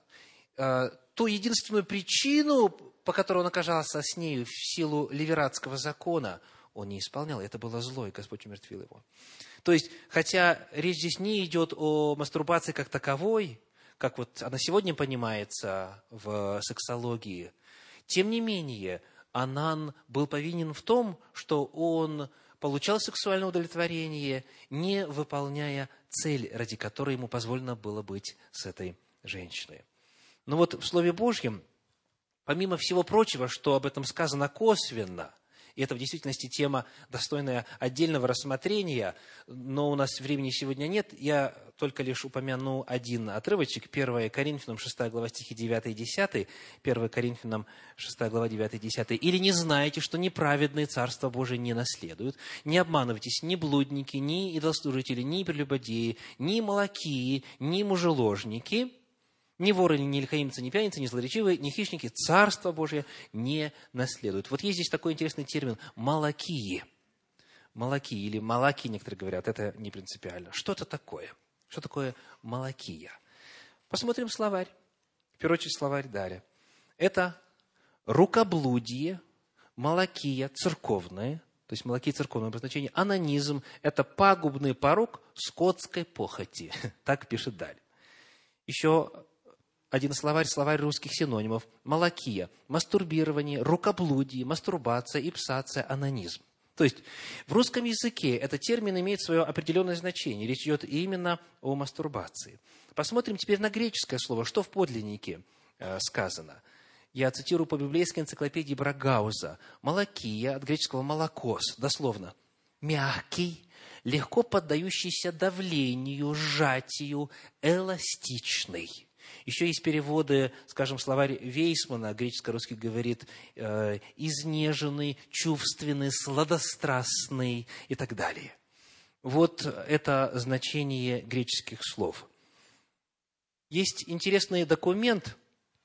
A: ту единственную причину, по которой он оказался с нею в силу левиратского закона, он не исполнял. Это было зло, и Господь умертвил его. То есть, хотя речь здесь не идет о мастурбации как таковой, как вот она сегодня понимается в сексологии, тем не менее, Онан был повинен в том, что он получал сексуальное удовлетворение, не выполняя цель, ради которой ему позволено было быть с этой женщиной. Но вот в Слове Божьем, помимо всего прочего, что об этом сказано косвенно, и это в действительности тема, достойная отдельного рассмотрения, но у нас времени сегодня нет, я только лишь упомяну один отрывочек, 1 Коринфянам 6 глава стихи 9 и 10, 1 Коринфянам 6 глава 9 и 10. «Или не знаете, что неправедные Царство Божие не наследуют? Не обманывайтесь, ни блудники, ни идолослужители, ни прелюбодеи, ни молокии, ни мужеложники, ни воры, ни лихаимцы, ни пьяницы, ни злоречивые, ни хищники Царство Божие не наследуют». Вот есть здесь такой интересный термин «молокии». Молокии или малаки, некоторые говорят, это не принципиально. Что это такое? Что такое молокия? Посмотрим словарь. В первую очередь словарь Даря. Это рукоблудие, молокия церковное, то есть молокия церковное обозначение, онанизм – это пагубный порок скотской похоти. Так пишет Дарь. Еще один словарь, словарь русских синонимов. Молокия, мастурбирование, рукоблудие, мастурбация, ипсация, онанизм. То есть в русском языке этот термин имеет свое определенное значение. Речь идет именно о мастурбации. Посмотрим теперь на греческое слово, что в подлиннике сказано. Я цитирую по библейской энциклопедии Брагауза. Молокия, от греческого молокос, дословно, мягкий, легко поддающийся давлению, сжатию, эластичный. Еще есть переводы, скажем, словарь Вейсмана, греческо-русский говорит, изнеженный, чувственный, сладострастный и так далее. Вот это значение греческих слов. Есть интересный документ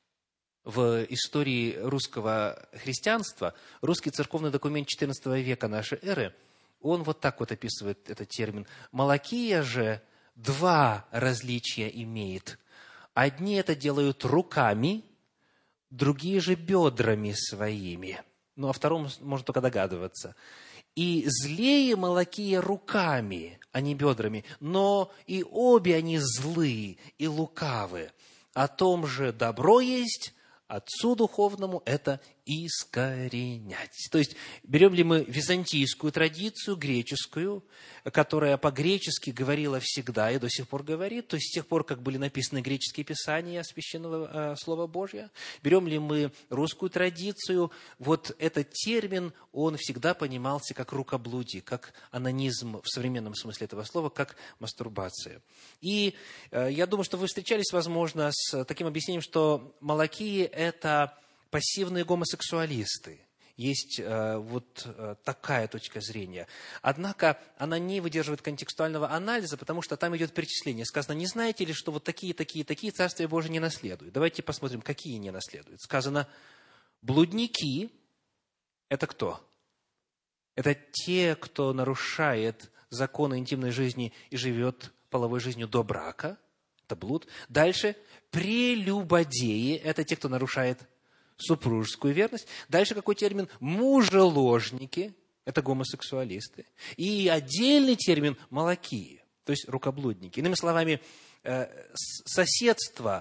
A: в истории русского христианства, русский церковный документ XIV века нашей эры. Он вот так вот описывает этот термин. Молокия же два различия имеет. Одни это делают руками, другие же бедрами своими. Ну, о втором можно только догадываться. И злее молокия руками, а не бедрами, но и обе они злые и лукавы. О том же добро есть, Отцу Духовному это искоренять. То есть, берем ли мы византийскую традицию, греческую, которая по-гречески говорила всегда и до сих пор говорит, то есть с тех пор, как были написаны греческие писания священного Слова Божьего, берем ли мы русскую традицию, вот этот термин, он всегда понимался как рукоблудие, как онанизм в современном смысле этого слова, как мастурбация. И я думаю, что вы встречались, возможно, с таким объяснением, что молокии – это пассивные гомосексуалисты. Есть вот такая точка зрения. Однако она не выдерживает контекстуального анализа, потому что там идет перечисление. Сказано, не знаете ли, что вот такие Царствие Божие не наследуют? Давайте посмотрим, какие не наследуют. Сказано, блудники – это кто? Это те, кто нарушает законы интимной жизни и живет половой жизнью до брака. Это блуд. Дальше, прелюбодеи – это те, кто нарушает супружескую верность. Дальше какой термин? Мужеложники. Это гомосексуалисты. И отдельный термин – молокии, то есть рукоблудники. Иными словами, соседство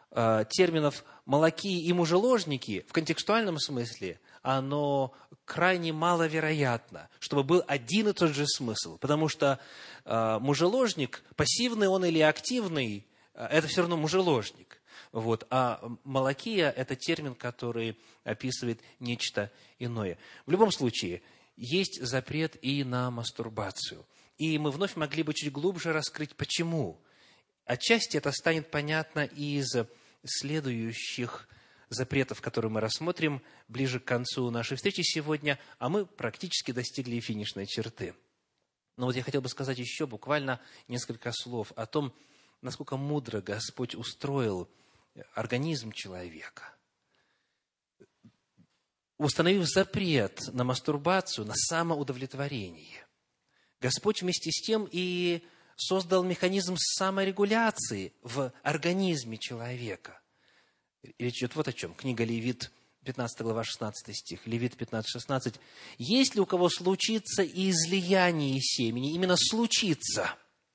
A: терминов «молоки» и «мужеложники» в контекстуальном смысле, оно крайне маловероятно, чтобы был один и тот же смысл. Потому что мужеложник, пассивный он или активный, это все равно мужеложник. Вот. А молокия – это термин, который описывает нечто иное. В любом случае, есть запрет и на мастурбацию. И мы вновь могли бы чуть глубже раскрыть, почему. Отчасти это станет понятно из следующих запретов, которые мы рассмотрим ближе к концу нашей встречи сегодня, а мы практически достигли финишной черты. Но вот я хотел бы сказать еще буквально несколько слов о том, насколько мудро Господь устроил организм человека, установив запрет на мастурбацию, на самоудовлетворение. Господь вместе с тем и создал механизм саморегуляции в организме человека. Речь идет вот о чем. Книга Левит, 15 глава, 16 стих. Левит 15:16. «Если у кого случится излияние семени, именно случится,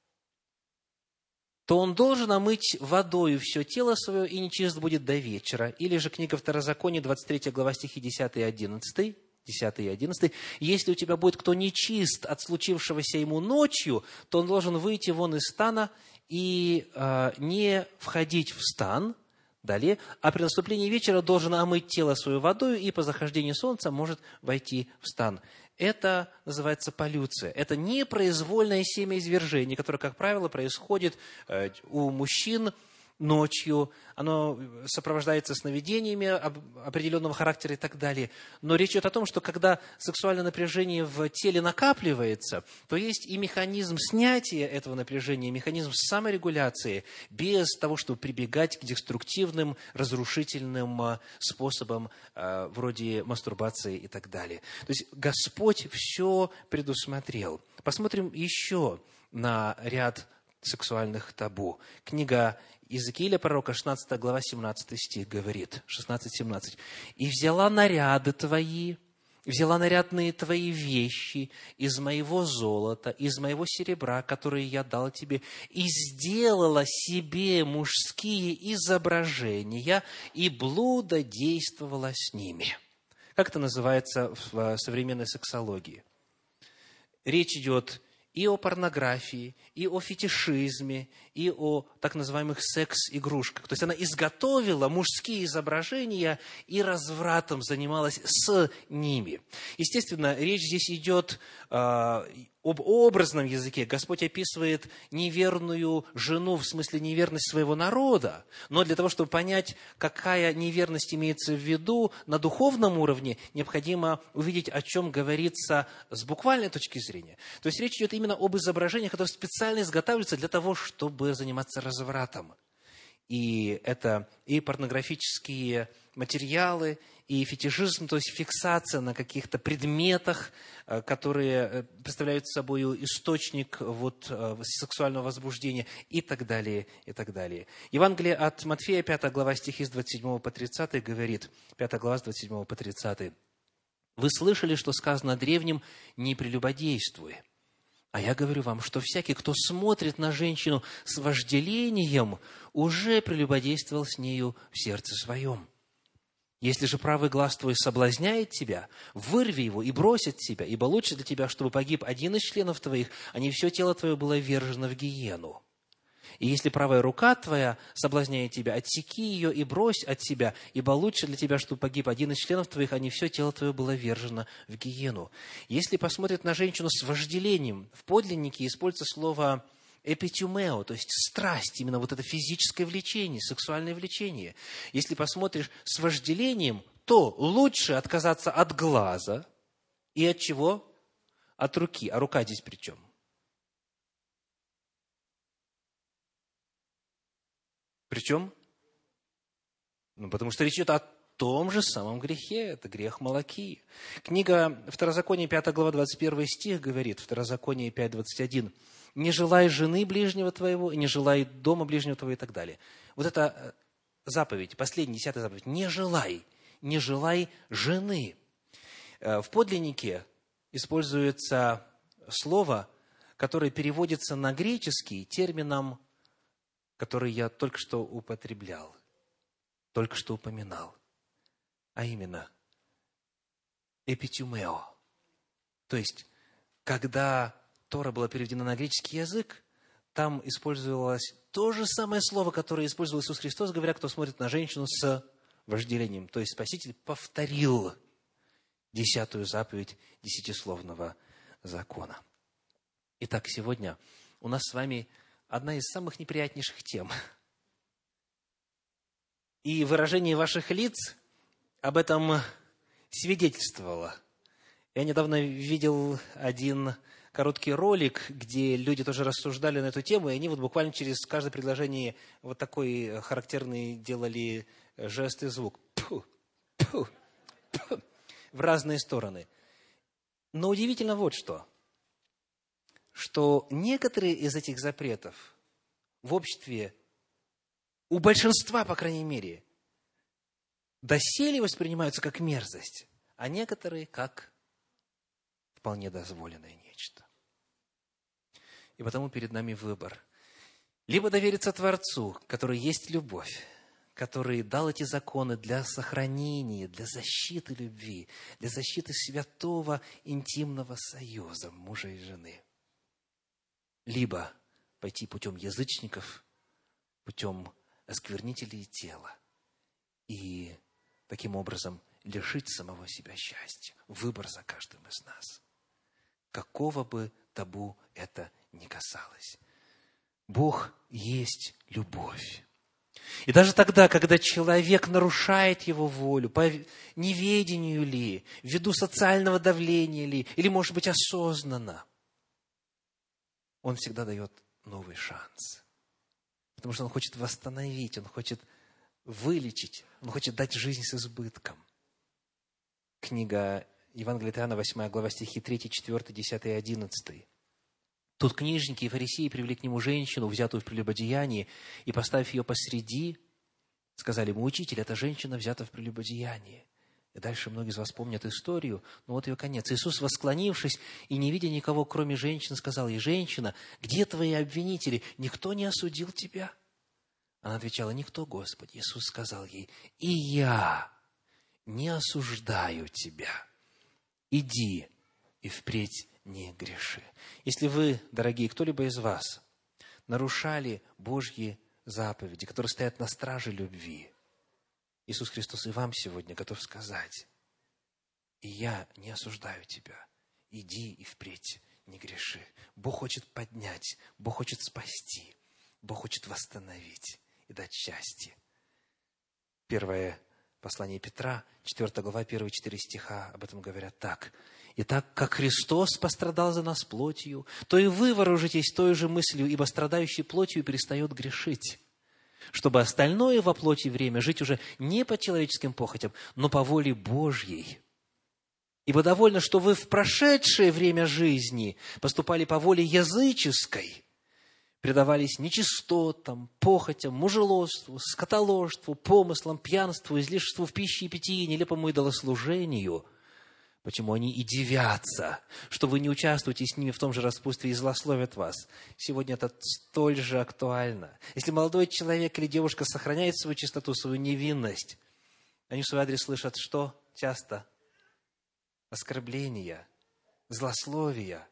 A: то он должен омыть водою все тело свое, и нечист будет до вечера». Или же книга Второзакония, 23 глава, стихи 10 и 11. 10 и 11. «Если у тебя будет кто нечист от случившегося ему ночью, то он должен выйти вон из стана и не входить в стан». Далее, «а при наступлении вечера должен омыть тело свое водою, и по захождении солнца может войти в стан». Это называется полюция. Это непроизвольное семяизвержение, которое, как правило, происходит у мужчин ночью. Оно сопровождается сновидениями определенного характера и так далее. Но речь идет о том, что когда сексуальное напряжение в теле накапливается, то есть и механизм снятия этого напряжения, механизм саморегуляции, без того, чтобы прибегать к деструктивным, разрушительным способам, вроде мастурбации и так далее. То есть Господь все предусмотрел. Посмотрим еще на ряд сексуальных табу. Книга Иезекииля пророка, 16 глава, 17 стих говорит, 16-17. «И взяла наряды твои, взяла нарядные твои вещи из моего золота, из моего серебра, которые я дал тебе, и сделала себе мужские изображения, и блудодействовала с ними». Как это называется в современной сексологии? Речь идет и о порнографии, и о фетишизме, и о так называемых секс-игрушках. То есть она изготовила мужские изображения и развратом занималась с ними. Естественно, речь здесь идет об образном языке. Господь описывает неверную жену, в смысле неверность своего народа. Но для того, чтобы понять, какая неверность имеется в виду на духовном уровне, необходимо увидеть, о чем говорится с буквальной точки зрения. То есть речь идет именно об изображениях, которые специально изготавливаются для того, чтобы заниматься развратом. И это и порнографические материалы, и фетишизм, то есть фиксация на каких-то предметах, которые представляют собой источник сексуального возбуждения, и так далее, и так далее. Евангелие от Матфея, 5 глава, стихи с 27 по 30 говорит, 5 глава, с 27 по 30. «Вы слышали, что сказано древним: не прелюбодействуй. А я говорю вам, что всякий, кто смотрит на женщину с вожделением, уже прелюбодействовал с нею в сердце своем. Если же правый глаз твой соблазняет тебя, вырви его и брось от себя, ибо лучше для тебя, чтобы погиб один из членов твоих, а не все тело твое было ввержено в гиену. И если правая рука твоя соблазняет тебя, отсеки ее и брось от себя, ибо лучше для тебя, чтобы погиб один из членов твоих, а не все тело твое было ввержено в гиену». Если посмотрит на женщину с вожделением, в подлиннике используется слово эпитюмео, то есть страсть, именно вот это физическое влечение, сексуальное влечение. Если посмотришь с вожделением, то лучше отказаться от глаза и от чего? От руки. А рука здесь при чем? Причем? Потому что речь идет о том же самом грехе, это грех молокии. Книга Второзакония, 5 глава, 21 стих говорит, Второзаконие 5:21, «Не желай жены ближнего твоего, и не желай дома ближнего твоего» и так далее. Вот это заповедь, последняя, 10-я заповедь, не желай жены. В подлиннике используется слово, которое переводится на греческий термином, который я только что употреблял. только что упоминал, а именно эпитюмео. То есть, когда Тора была переведена на греческий язык, там использовалось то же самое слово, которое использовал Иисус Христос, говоря, кто смотрит на женщину с вожделением. То есть Спаситель повторил 10-ю заповедь десятисловного закона. Итак, сегодня у нас с вами одна из самых неприятнейших тем. И выражение ваших лиц об этом свидетельствовало. Я недавно видел один короткий ролик, где люди тоже рассуждали на эту тему, и они вот буквально через каждое предложение вот такой характерный делали жест и звук. Пу, пу, пу, в разные стороны. Но удивительно вот что некоторые из этих запретов в обществе, у большинства, по крайней мере, доселе воспринимаются как мерзость, а некоторые как вполне дозволенное нечто. И потому перед нами выбор. Либо довериться Творцу, который есть любовь, который дал эти законы для сохранения, для защиты любви, для защиты святого интимного союза мужа и жены. Либо пойти путем язычников, путем осквернителей тела и таким образом лишить самого себя счастья. Выбор за каждым из нас. Какого бы табу это ни касалось. Бог есть любовь. И даже тогда, когда человек нарушает его волю, по неведению ли, ввиду социального давления ли, или, может быть, осознанно, он всегда дает новый шанс. Потому что он хочет восстановить, он хочет вылечить, он хочет дать жизнь с избытком. Книга Евангелия от Иоанна, 8 глава, стихи 3, 4, 10 и 11. Тут книжники и фарисеи привели к нему женщину, взятую в прелюбодеянии, и, поставив ее посреди, сказали ему: «Учитель, эта женщина взята в прелюбодеянии». И дальше многие из вас помнят историю, но вот ее конец. Иисус, восклонившись и не видя никого, кроме женщин, сказал ей: «Женщина, где твои обвинители? Никто не осудил тебя?» Она отвечала: «Никто, Господи». Иисус сказал ей: «И я не осуждаю тебя. Иди и впредь не греши». Если вы, дорогие, кто-либо из вас нарушали Божьи заповеди, которые стоят на страже любви, Иисус Христос и вам сегодня готов сказать: «И я не осуждаю тебя. Иди и впредь не греши». Бог хочет поднять, Бог хочет спасти, Бог хочет восстановить и дать счастье. Первое послание Петра, 4 глава, первые 4 стиха об этом говорят так: «Итак, как Христос пострадал за нас плотью, то и вы вооружитесь той же мыслью, ибо страдающий плотью перестает грешить, чтобы остальное во плоти время жить уже не по человеческим похотям, но по воле Божьей. Ибо довольно, что вы в прошедшее время жизни поступали по воле языческой, предавались нечистотам, похотям, мужеложству, скотоложству, помыслам, пьянству, излишеству в пище и питье, нелепому идолослужению». Почему они и дивятся, что вы не участвуете с ними в том же распутстве и злословят вас. Сегодня это столь же актуально. Если молодой человек или девушка сохраняет свою чистоту, свою невинность, они в свой адрес слышат что? Часто оскорбления, злословия.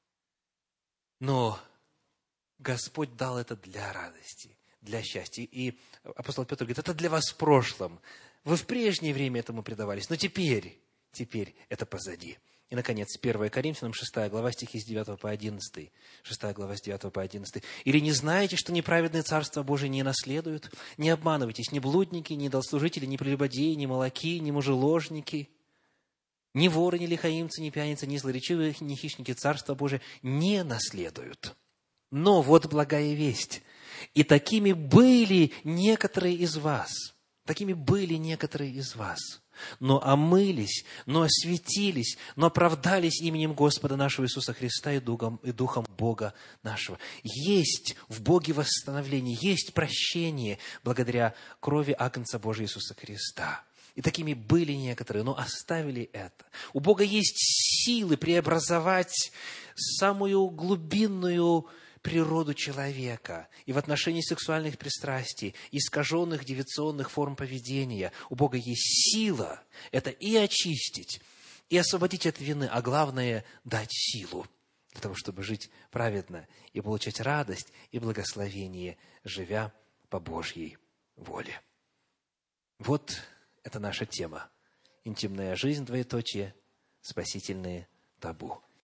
A: Но Господь дал это для радости, для счастья. И апостол Петр говорит: это для вас в прошлом. Вы в прежнее время этому предавались, но теперь это позади. И, наконец, 1 Коринфянам, 6 глава, стихи с 9 по 11. 6 глава, с 9 по 11. «Или не знаете, что неправедные Царство Божие не наследуют? Не обманывайтесь, ни блудники, ни идолослужители, ни прелюбодеи, ни молоки, ни мужеложники, ни воры, ни лихаимцы, ни пьяницы, ни злоречивые, ни хищники Царство Божие не наследуют. Но вот благая весть. И такими были некоторые из вас». Такими были некоторые из вас. «Но омылись, но осветились, но оправдались именем Господа нашего Иисуса Христа и Духом Бога нашего». Есть в Боге восстановление, есть прощение благодаря крови Агнца Божия Иисуса Христа. И такими были некоторые, но оставили это. У Бога есть силы преобразовать самую глубинную природу человека и в отношении сексуальных пристрастий, искаженных девиационных форм поведения. У Бога есть сила это и очистить, и освободить от вины, а главное – дать силу для того, чтобы жить праведно и получать радость и благословение, живя по Божьей воле. Вот это наша тема. Интимная жизнь, двоеточие, спасительные табу.